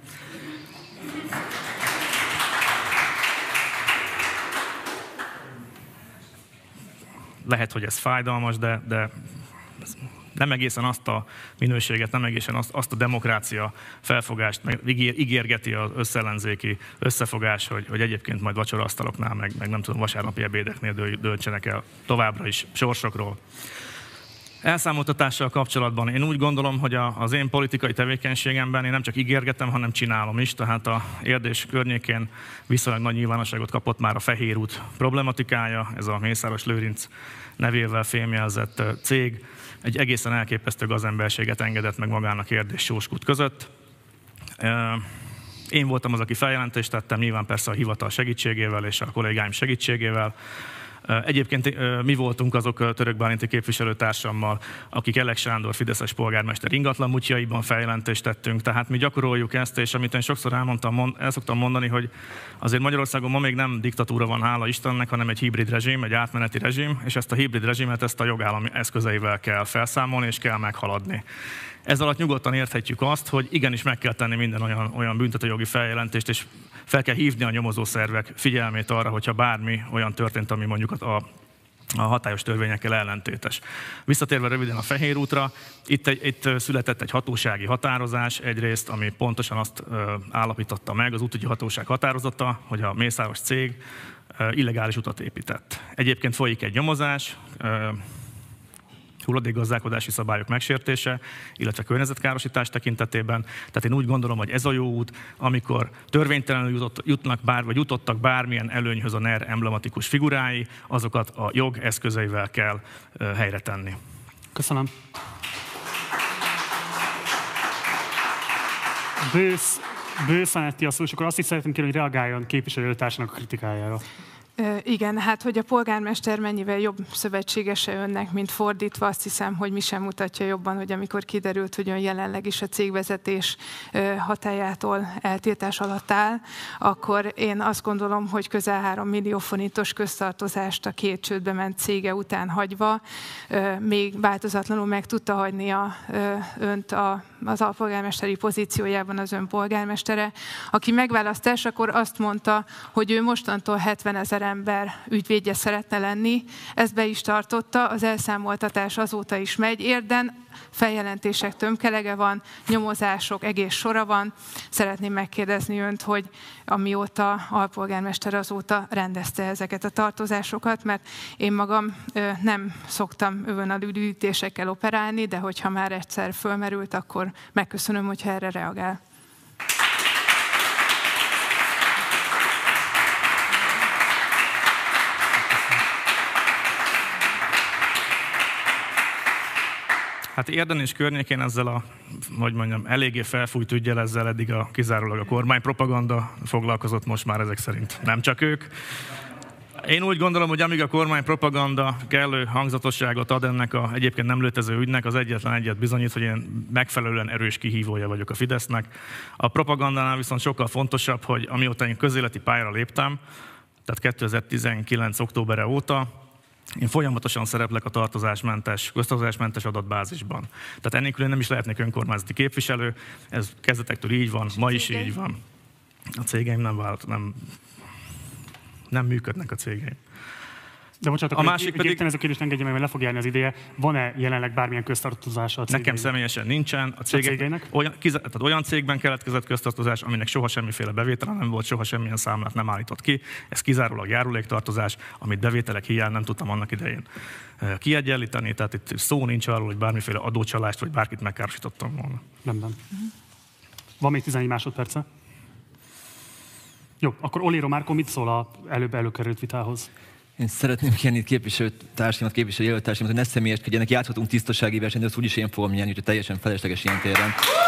Lehet, hogy ez fájdalmas, de, de nem egészen azt a minőséget, nem egészen azt, azt a demokrácia felfogást, meg ígér, ígérgeti az összellenzéki összefogás, hogy, hogy egyébként majd vacsoraasztaloknál, meg, meg nem tudom, vasárnapi ebédeknél döntsenek el továbbra is sorsokról. Elszámoltatással kapcsolatban én úgy gondolom, hogy a, az én politikai tevékenységemben én nem csak ígérgetem, hanem csinálom is, tehát a Érd és környékén viszonylag nagy nyilvánosságot kapott már a Fehér út problematikája, ez a Mészáros Lőrinc nevével fémjelzett cég, egy egészen elképesztő gazemberséget engedett meg magának Érd és Sóskút között. Én voltam az, aki feljelentést tettem, nyilván persze a hivatal segítségével és a kollégáim segítségével. Egyébként mi voltunk azok Török Bálinti képviselőtársammal, akik Elek Sándor fideszes polgármester ingatlanmútjaiban feljelentést tettünk, tehát mi gyakoroljuk ezt, és amit én sokszor elmondtam, el szoktam mondani, hogy azért Magyarországon ma még nem diktatúra van, hála Istennek, hanem egy hibrid rezsim, egy átmeneti rezsim, és ezt a hibrid rezsimet ezt a jogállami eszközeivel kell felszámolni, és kell meghaladni. Ez alatt nyugodtan érthetjük azt, hogy igenis meg kell tenni minden olyan, olyan büntetőjogi feljelentést, és fel kell hívni a nyomozószervek figyelmét arra, hogyha bármi olyan történt, ami mondjuk a, a hatályos törvényekkel ellentétes. Visszatérve röviden a Fehér útra, itt, egy, itt született egy hatósági határozás egyrészt, ami pontosan azt ö, állapította meg, az útügyi hatóság határozata, hogy a Mészáros cég ö, illegális utat épített. Egyébként folyik egy nyomozás, ö, hulladékgazdálkodási szabályok megsértése, illetve környezetkárosítás tekintetében. Tehát én úgy gondolom, hogy ez a jó út, amikor törvénytelenül jutott, jutnak bár, vagy jutottak bármilyen előnyhöz a NER emblematikus figurái, azokat a jog eszközeivel kell helyre tenni. Köszönöm. Bősz, Bősz Anetti a szó, és akkor azt is szeretném kérni, hogy reagáljon képviselőtársának a kritikájára. Igen, hát hogy a polgármester mennyivel jobb szövetségese önnek, mint fordítva, azt hiszem, hogy mi sem mutatja jobban, hogy amikor kiderült, hogy ön jelenleg is a cégvezetés hatályától eltiltás alatt áll, akkor én azt gondolom, hogy közel három millió forintos köztartozást a két csődbe ment cége után hagyva, még változatlanul meg tudta hagyni a, önt a, az alpolgármesteri pozíciójában az ön polgármestere, aki megválasztás, akkor azt mondta, hogy ő mostantól hetvenezer ember ügyvédje szeretne lenni. Ezt be is tartotta, az elszámoltatás azóta is megy. Érden feljelentések tömkelege van, nyomozások egész sora van. Szeretném megkérdezni önt, hogy amióta alpolgármester azóta rendezte ezeket a tartozásokat, mert én magam nem szoktam övönalú ütésekkel operálni, de hogyha már egyszer fölmerült, akkor megköszönöm, hogyha erre reagál. Hát Érden és környékén ezzel a, hogy mondjam, eléggé felfújt üggyel, ezzel eddig a, kizárólag a kormánypropaganda foglalkozott, most már ezek szerint nem csak ők. Én úgy gondolom, hogy amíg a kormánypropaganda kellő hangzatosságot ad ennek a egyébként nem létező ügynek, az egyetlen egyet bizonyít, hogy én megfelelően erős kihívója vagyok a Fidesznek. A propagandánál viszont sokkal fontosabb, hogy amióta én közéleti pályára léptem, tehát kétezer-tizenkilenc októbere óta, én folyamatosan szereplek a tartozásmentes, köztartozásmentes adatbázisban. Tehát ennélkül én nem is lehetnék önkormányzati képviselő, ez kezdetektől így van, ma is így van. A cégeim nem vált, nem, nem működnek a cégeim. De bocsánat, a másik pedig... ez a kérdést engedje meg, mert le fog járni az ideje. Van-e jelenleg bármilyen köztartozása a cégeinek? Nekem személyesen nincsen. A, cégek, a cégeinek? Olyan, tehát olyan cégben keletkezett köztartozás, aminek soha semmiféle bevétele nem volt, soha semmilyen számlát nem állított ki. Ez kizárólag járuléktartozás, amit bevételek hiány nem tudtam annak idején kiegyenlíteni. Tehát itt szó nincs arról, hogy bármiféle adócsalást vagy bárkit megkárosítottam volna. Nem, nem. Van még tizenegy másodperce? Jó, akkor Oléro Márkó mit szól az előbb előkerült vitához? Én szeretném kérni képviselőtársamat, képviselőjelöltársamat, hogy ne személyeskedjenek, játszhatunk tisztasági versenyt, de azt úgyis én fogom nyerni, úgyhogy teljesen felesleges ilyen téren.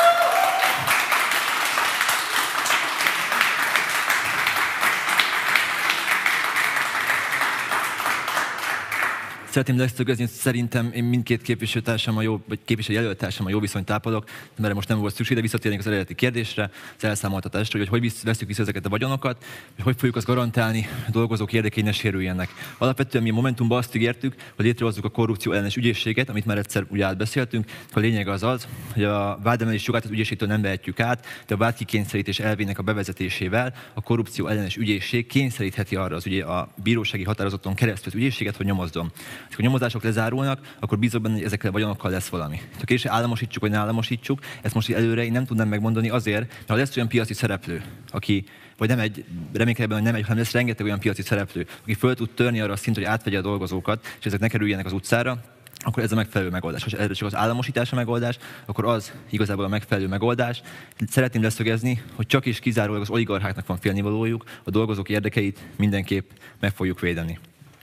Szeretném leszögezni, hogy szerintem én mindkét képviselőtársammal jó, vagy képviselőjelöltársammal jó viszonyt tápolok, mert most nem volt szükség, de visszatérnék az eredeti kérdésre, az elszámoltatásra, hogy hogy veszük vissza ezeket a vagyonokat, és hogy fogjuk azt garantálni, a dolgozók érdekei ne sérüljenek. Alapvetően mi a Momentumban azt ígértük, hogy létrehozzuk a korrupció ellenes ügyészséget, amit már egyszer ugye átbeszéltünk. A lényeg az az, hogy a vádemelés jogát az ügyészségtől nem vehetjük át, de a vádkikényszerítés elvének a bevezetésével a korrupció ellenes ügyészség kényszerítheti arra az ugye a bírósági határozaton keresztül az ügyészséget, hogy nyomozzon. És ha a nyomozások lezárulnak, akkor bízok benne, hogy ezekkel a vagyonokkal lesz valami. Ha később államosítsuk, vagy ne államosítsuk, ezt most előre én nem tudnám megmondani azért, mert ha lesz olyan piaci szereplő, aki, vagy nem egy, reménykedben, hogy nem egy, hanem lesz rengeteg olyan piaci szereplő, aki föl tud törni arra a szint, hogy átvegye a dolgozókat, és ezek ne kerüljenek az utcára, akkor ez a megfelelő megoldás. Ha erre csak az államosítás a megoldás, akkor az igazából a megfelelő megoldás. Szeretném leszögezni, hogy csak és kizárólag az oligarcháknak van félnivalójuk, a dolgozók érdekeit mindenképp meg fogjuk védeni.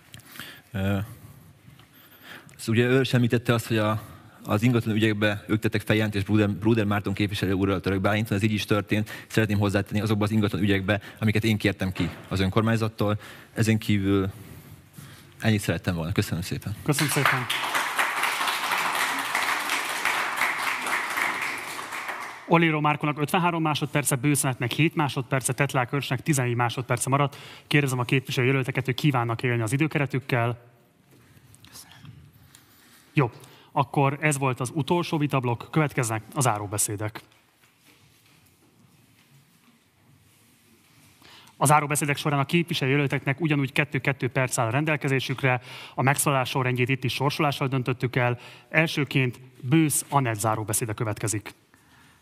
Ugye ő sem említette azt, hogy a, az ingatlan ügyekbe ők tettek feljelentést Bruder, Bruder Márton képviselő úrral Török Bálinton, ez így is történt. Szeretném hozzátenni azokba az ingatlan ügyekbe, amiket én kértem ki az önkormányzattól. Ezen kívül ennyit szerettem volna. Köszönöm szépen. Köszönöm szépen. Oléro Márkónak ötvenhárom másodperce, Bősz Anetnek hét másodperce, Tetlák Örsnek tizenegy másodperce maradt. Kérdezem a képviselőjelölteket, hogy kívánnak élni az időkeretükkel. Jó, akkor ez volt az utolsó vitablokk, következnek a záróbeszédek. A záróbeszédek során a képviselőjelölteknek ugyanúgy kettő-kettő perc áll a rendelkezésükre, a megszólalás sorrendjét itt is sorsolással döntöttük el. Elsőként Bősz Anett záróbeszéde következik.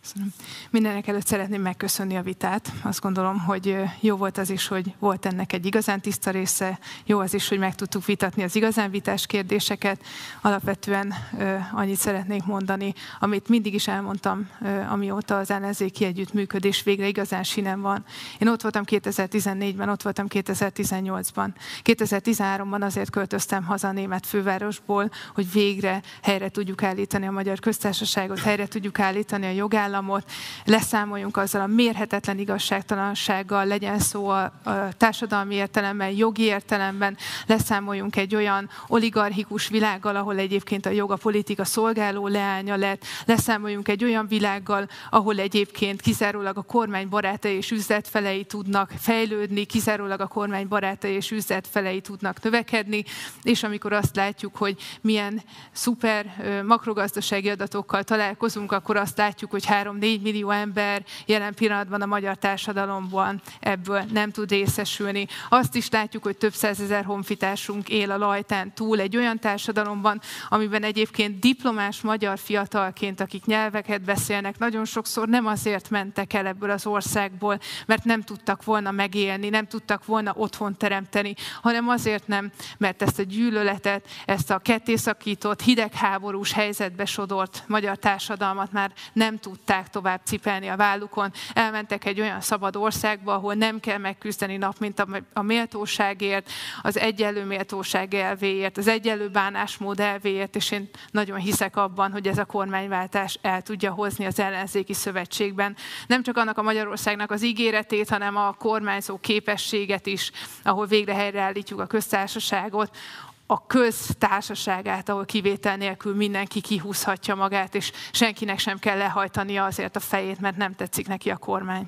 Köszönöm. Mindenek előtt szeretném megköszönni a vitát. Azt gondolom, hogy jó volt az is, hogy volt ennek egy igazán tiszta része, jó az is, hogy meg tudtuk vitatni az igazán vitás kérdéseket. Alapvetően annyit szeretnék mondani, amit mindig is elmondtam, amióta az ellenzéki együttműködés végre igazán sinem van. Én ott voltam kétezer-tizennégyben, ott voltam kétezer-tizennyolcban. kétezer-tizenháromban azért költöztem haza a német fővárosból, hogy végre helyre tudjuk állítani a Magyar Köztársaságot, helyre tudjuk állítani a jogállamot, leszámoljunk azzal a mérhetetlen igazságtalansággal, legyen szó a, a társadalmi értelemben, jogi értelemben, leszámoljunk egy olyan oligarchikus világgal, ahol egyébként a jog a politika szolgáló leánya lett, leszámoljunk egy olyan világgal, ahol egyébként kizárólag a kormány barátai és üzletfelei tudnak fejlődni, kizárólag a kormány barátai és üzletfelei tudnak növekedni, és amikor azt látjuk, hogy milyen szuper makrogazdasági adatokkal találkozunk, akkor azt látjuk, hogy három-négy millió ember jelen pillanatban a magyar társadalomban ebből nem tud részesülni. Azt is látjuk, hogy több százezer honfitársunk él a Lajtán túl egy olyan társadalomban, amiben egyébként diplomás magyar fiatalként, akik nyelveket beszélnek, nagyon sokszor nem azért mentek el ebből az országból, mert nem tudtak volna megélni, nem tudtak volna otthont teremteni, hanem azért nem, mert ezt a gyűlöletet, ezt a kettészakított, hidegháborús helyzetbe sodort magyar társadalmat már nem tudták tovább cipelni a vállukon. Elmentek egy olyan szabad országba, ahol nem kell megküzdeni nap, mint a méltóságért, az egyenlő méltóság elvéért, az egyenlő bánásmód elvéért, és én nagyon hiszek abban, hogy ez a kormányváltás el tudja hozni az ellenzéki szövetségben. Nem csak annak a Magyarországnak az ígéretét, hanem a kormányzó képességet is, ahol végre helyreállítjuk a köztársaságot, a köztársaságát, ahol kivétel nélkül mindenki kihúzhatja magát, és senkinek sem kell lehajtania azért a fejét, mert nem tetszik neki a kormány.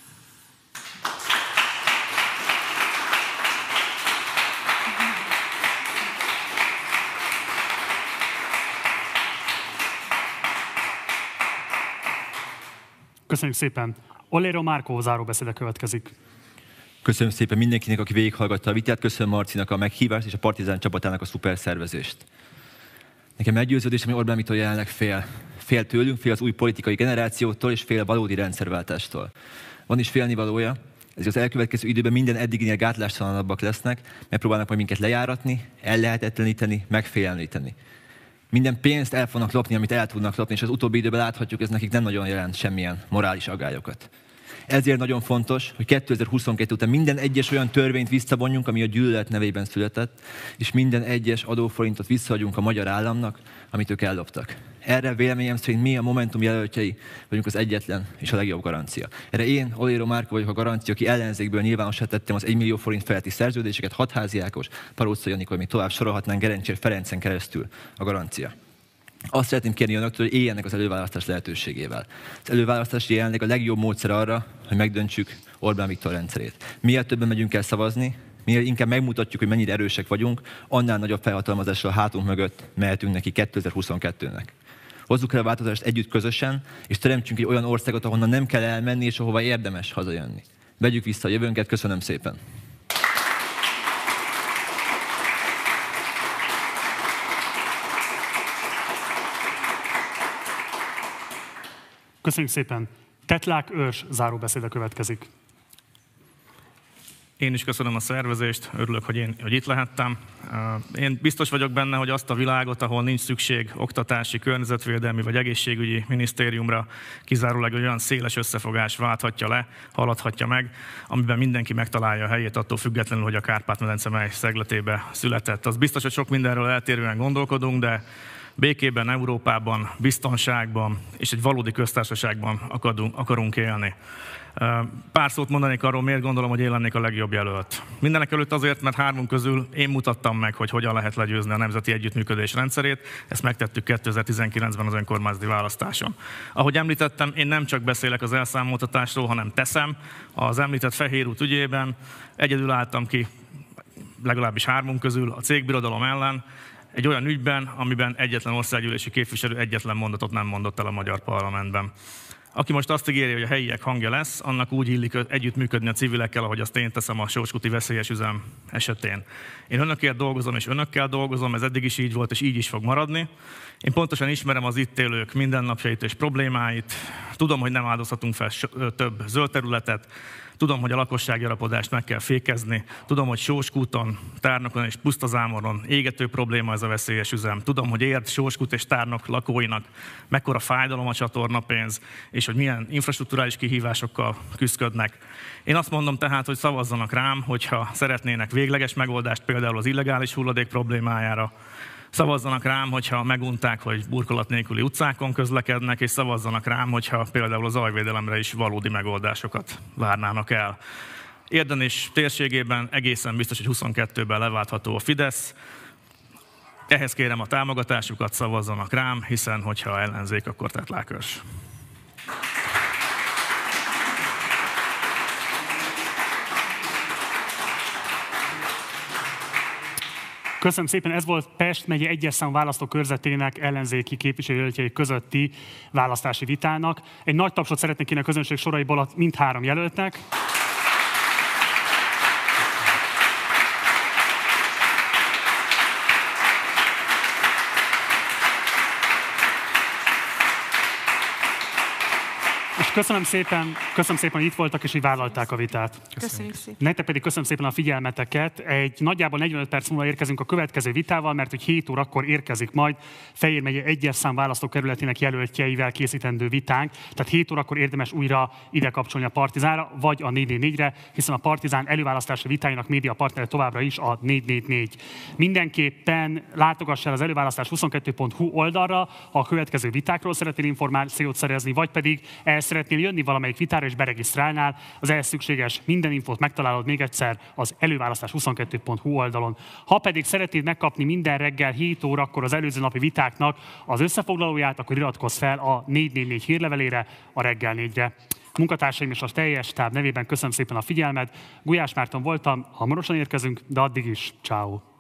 Köszönjük szépen. Oléro Márkó záróbeszéde következik. Köszönöm szépen mindenkinek, aki végighallgatta a vitát, köszönöm Marcinak a meghívást és a Partizán csapatának a szuper szervezést. Nekem meggyőződésem, hogy Orbán Viktor jelenleg fél. Fél tőlünk, fél az új politikai generációtól és fél a valódi rendszerváltástól. Van is félnivalója, ezért az elkövetkező időben minden eddiginél gátlástalanabbak lesznek, megpróbálnak majd minket lejáratni, ellehetetleníteni, megfélemlíteni. Minden pénzt el fognak lopni, amit el tudnak lopni, és az utóbbi időben láthatjuk, ez nekik nem nagyon jelent semmilyen morális aggályokat. Ezért nagyon fontos, hogy kétezer-huszonkettő után minden egyes olyan törvényt visszavonjunk, ami a gyűlölet nevében született, és minden egyes adóforintot visszaadjunk a magyar államnak, amit ők elloptak. Erre véleményem szerint mi a Momentum jelöltjei vagyunk az egyetlen és a legjobb garancia. Erre én, Oléro Márkó vagyok a garancia, aki ellenzékből nyilvánossá tettem az egy millió forint feletti szerződéseket, Hatházi Ákos, Parócza Janikó, még tovább sorolhatnánk Gerencsér Ferencen keresztül a garancia. Azt szeretném kérni önöktől, hogy éljenek az előválasztás lehetőségével. Az előválasztás jelenleg a legjobb módszer arra, hogy megdöntsük Orbán Viktor rendszerét. Minél többen megyünk el szavazni, minél inkább megmutatjuk, hogy mennyire erősek vagyunk, annál nagyobb felhatalmazással a hátunk mögött mehetünk neki kétezer-huszonkettőnek. Hozzuk el a változást együtt közösen, és teremtsünk egy olyan országot, ahonnan nem kell elmenni, és ahova érdemes hazajönni. Vegyük vissza a jövőnket, köszönöm szépen! Köszönjük szépen. Tetlák Őrs záróbeszéde következik. Én is köszönöm a szervezést, örülök, hogy, én, hogy itt lehettem. Én biztos vagyok benne, hogy azt a világot, ahol nincs szükség oktatási, környezetvédelmi vagy egészségügyi minisztériumra, kizárólag olyan széles összefogás válthatja le, haladhatja meg, amiben mindenki megtalálja a helyét, attól függetlenül, hogy a Kárpát-medence mely szegletébe született. Az biztos, hogy sok mindenről eltérően gondolkodunk, de békében, Európában, biztonságban és egy valódi köztársaságban akarunk, akarunk élni. Pár szót mondanék arról, miért gondolom, hogy én lennék a legjobb jelölt. Mindenek előtt azért, mert hármunk közül én mutattam meg, hogy hogyan lehet legyőzni a nemzeti együttműködés rendszerét. Ezt megtettük kétezer-tizenkilencben az önkormányzati választáson. Ahogy említettem, én nem csak beszélek az elszámoltatásról, hanem teszem. Az említett Fehér út ügyében egyedül álltam ki, legalábbis hármunk közül, a cégbirodalom ellen, egy olyan ügyben, amiben egyetlen országgyűlési képviselő egyetlen mondatot nem mondott el a magyar parlamentben. Aki most azt ígéri, hogy a helyiek hangja lesz, annak úgy illik együttműködni a civilekkel, ahogy azt én teszem a Sóskuti veszélyes üzem esetén. Én önökért dolgozom, és önökkel dolgozom, ez eddig is így volt, és így is fog maradni. Én pontosan ismerem az itt élők mindennapjait és problémáit, tudom, hogy nem áldozhatunk fel több zöld területet, tudom, hogy a lakossági gyarapodást meg kell fékezni, tudom, hogy Sóskúton, Tárnokon és Pusztazámoron égető probléma ez a veszélyes üzem. Tudom, hogy ért Sóskút és Tárnok lakóinak mekkora fájdalom a csatornapénz, és hogy milyen infrastrukturális kihívásokkal küszködnek. Én azt mondom tehát, hogy szavazzanak rám, hogyha szeretnének végleges megoldást például az illegális hulladék problémájára, szavazzanak rám, hogyha megunták, hogy burkolat nélküli utcákon közlekednek, és szavazzanak rám, hogyha például a zajvédelemre is valódi megoldásokat várnának el. Érden és térségében egészen biztos, hogy huszonkettőben leváltható a Fidesz. Ehhez kérem a támogatásukat, szavazzanak rám, hiszen hogyha ellenzék, akkor tetlákörs. Köszönöm szépen, ez volt Pest megye egyes számú választókörzetének ellenzéki képviselőjelöltjei közötti választási vitának. Egy nagy tapsot szeretnék kérni a közönség soraiból a mindhárom jelöltnek. És köszönöm szépen, köszönöm szépen, hogy itt voltak, és hogy vállalták a vitát. Köszönjük szépen. Nektek pedig köszönöm szépen a figyelmeteket. Egy nagyjából negyvenöt perc múlva érkezünk a következő vitával, mert hogy hét órakor érkezik majd Fejér megye egyes szám választókerületének jelöltjeivel készítendő vitánk. Tehát hét órakor érdemes újra ide kapcsolni a Partizánra, vagy a négy négy négyre, hiszen a Partizán előválasztási vitáinak média partnere továbbra is a négy négy négy. Mindenképpen látogass el az előválasztás huszonkettő pont hu oldalra, ha a következő vitákról szeretnél információt szerezni, vagy pedig el szeretnél jönni valamelyik vitára és beregisztrálnál, az ehhez szükséges minden infót megtalálod még egyszer az előválasztás huszonkettő pont hu oldalon. Ha pedig szeretnéd megkapni minden reggel hét órakor az előző napi vitáknak az összefoglalóját, akkor iratkozz fel a négy négy négy hírlevelére, a reggel négyre. Munkatársaim és a teljes stáb nevében köszönöm szépen a figyelmet. Gulyás Márton voltam, hamarosan érkezünk, de addig is, ciao.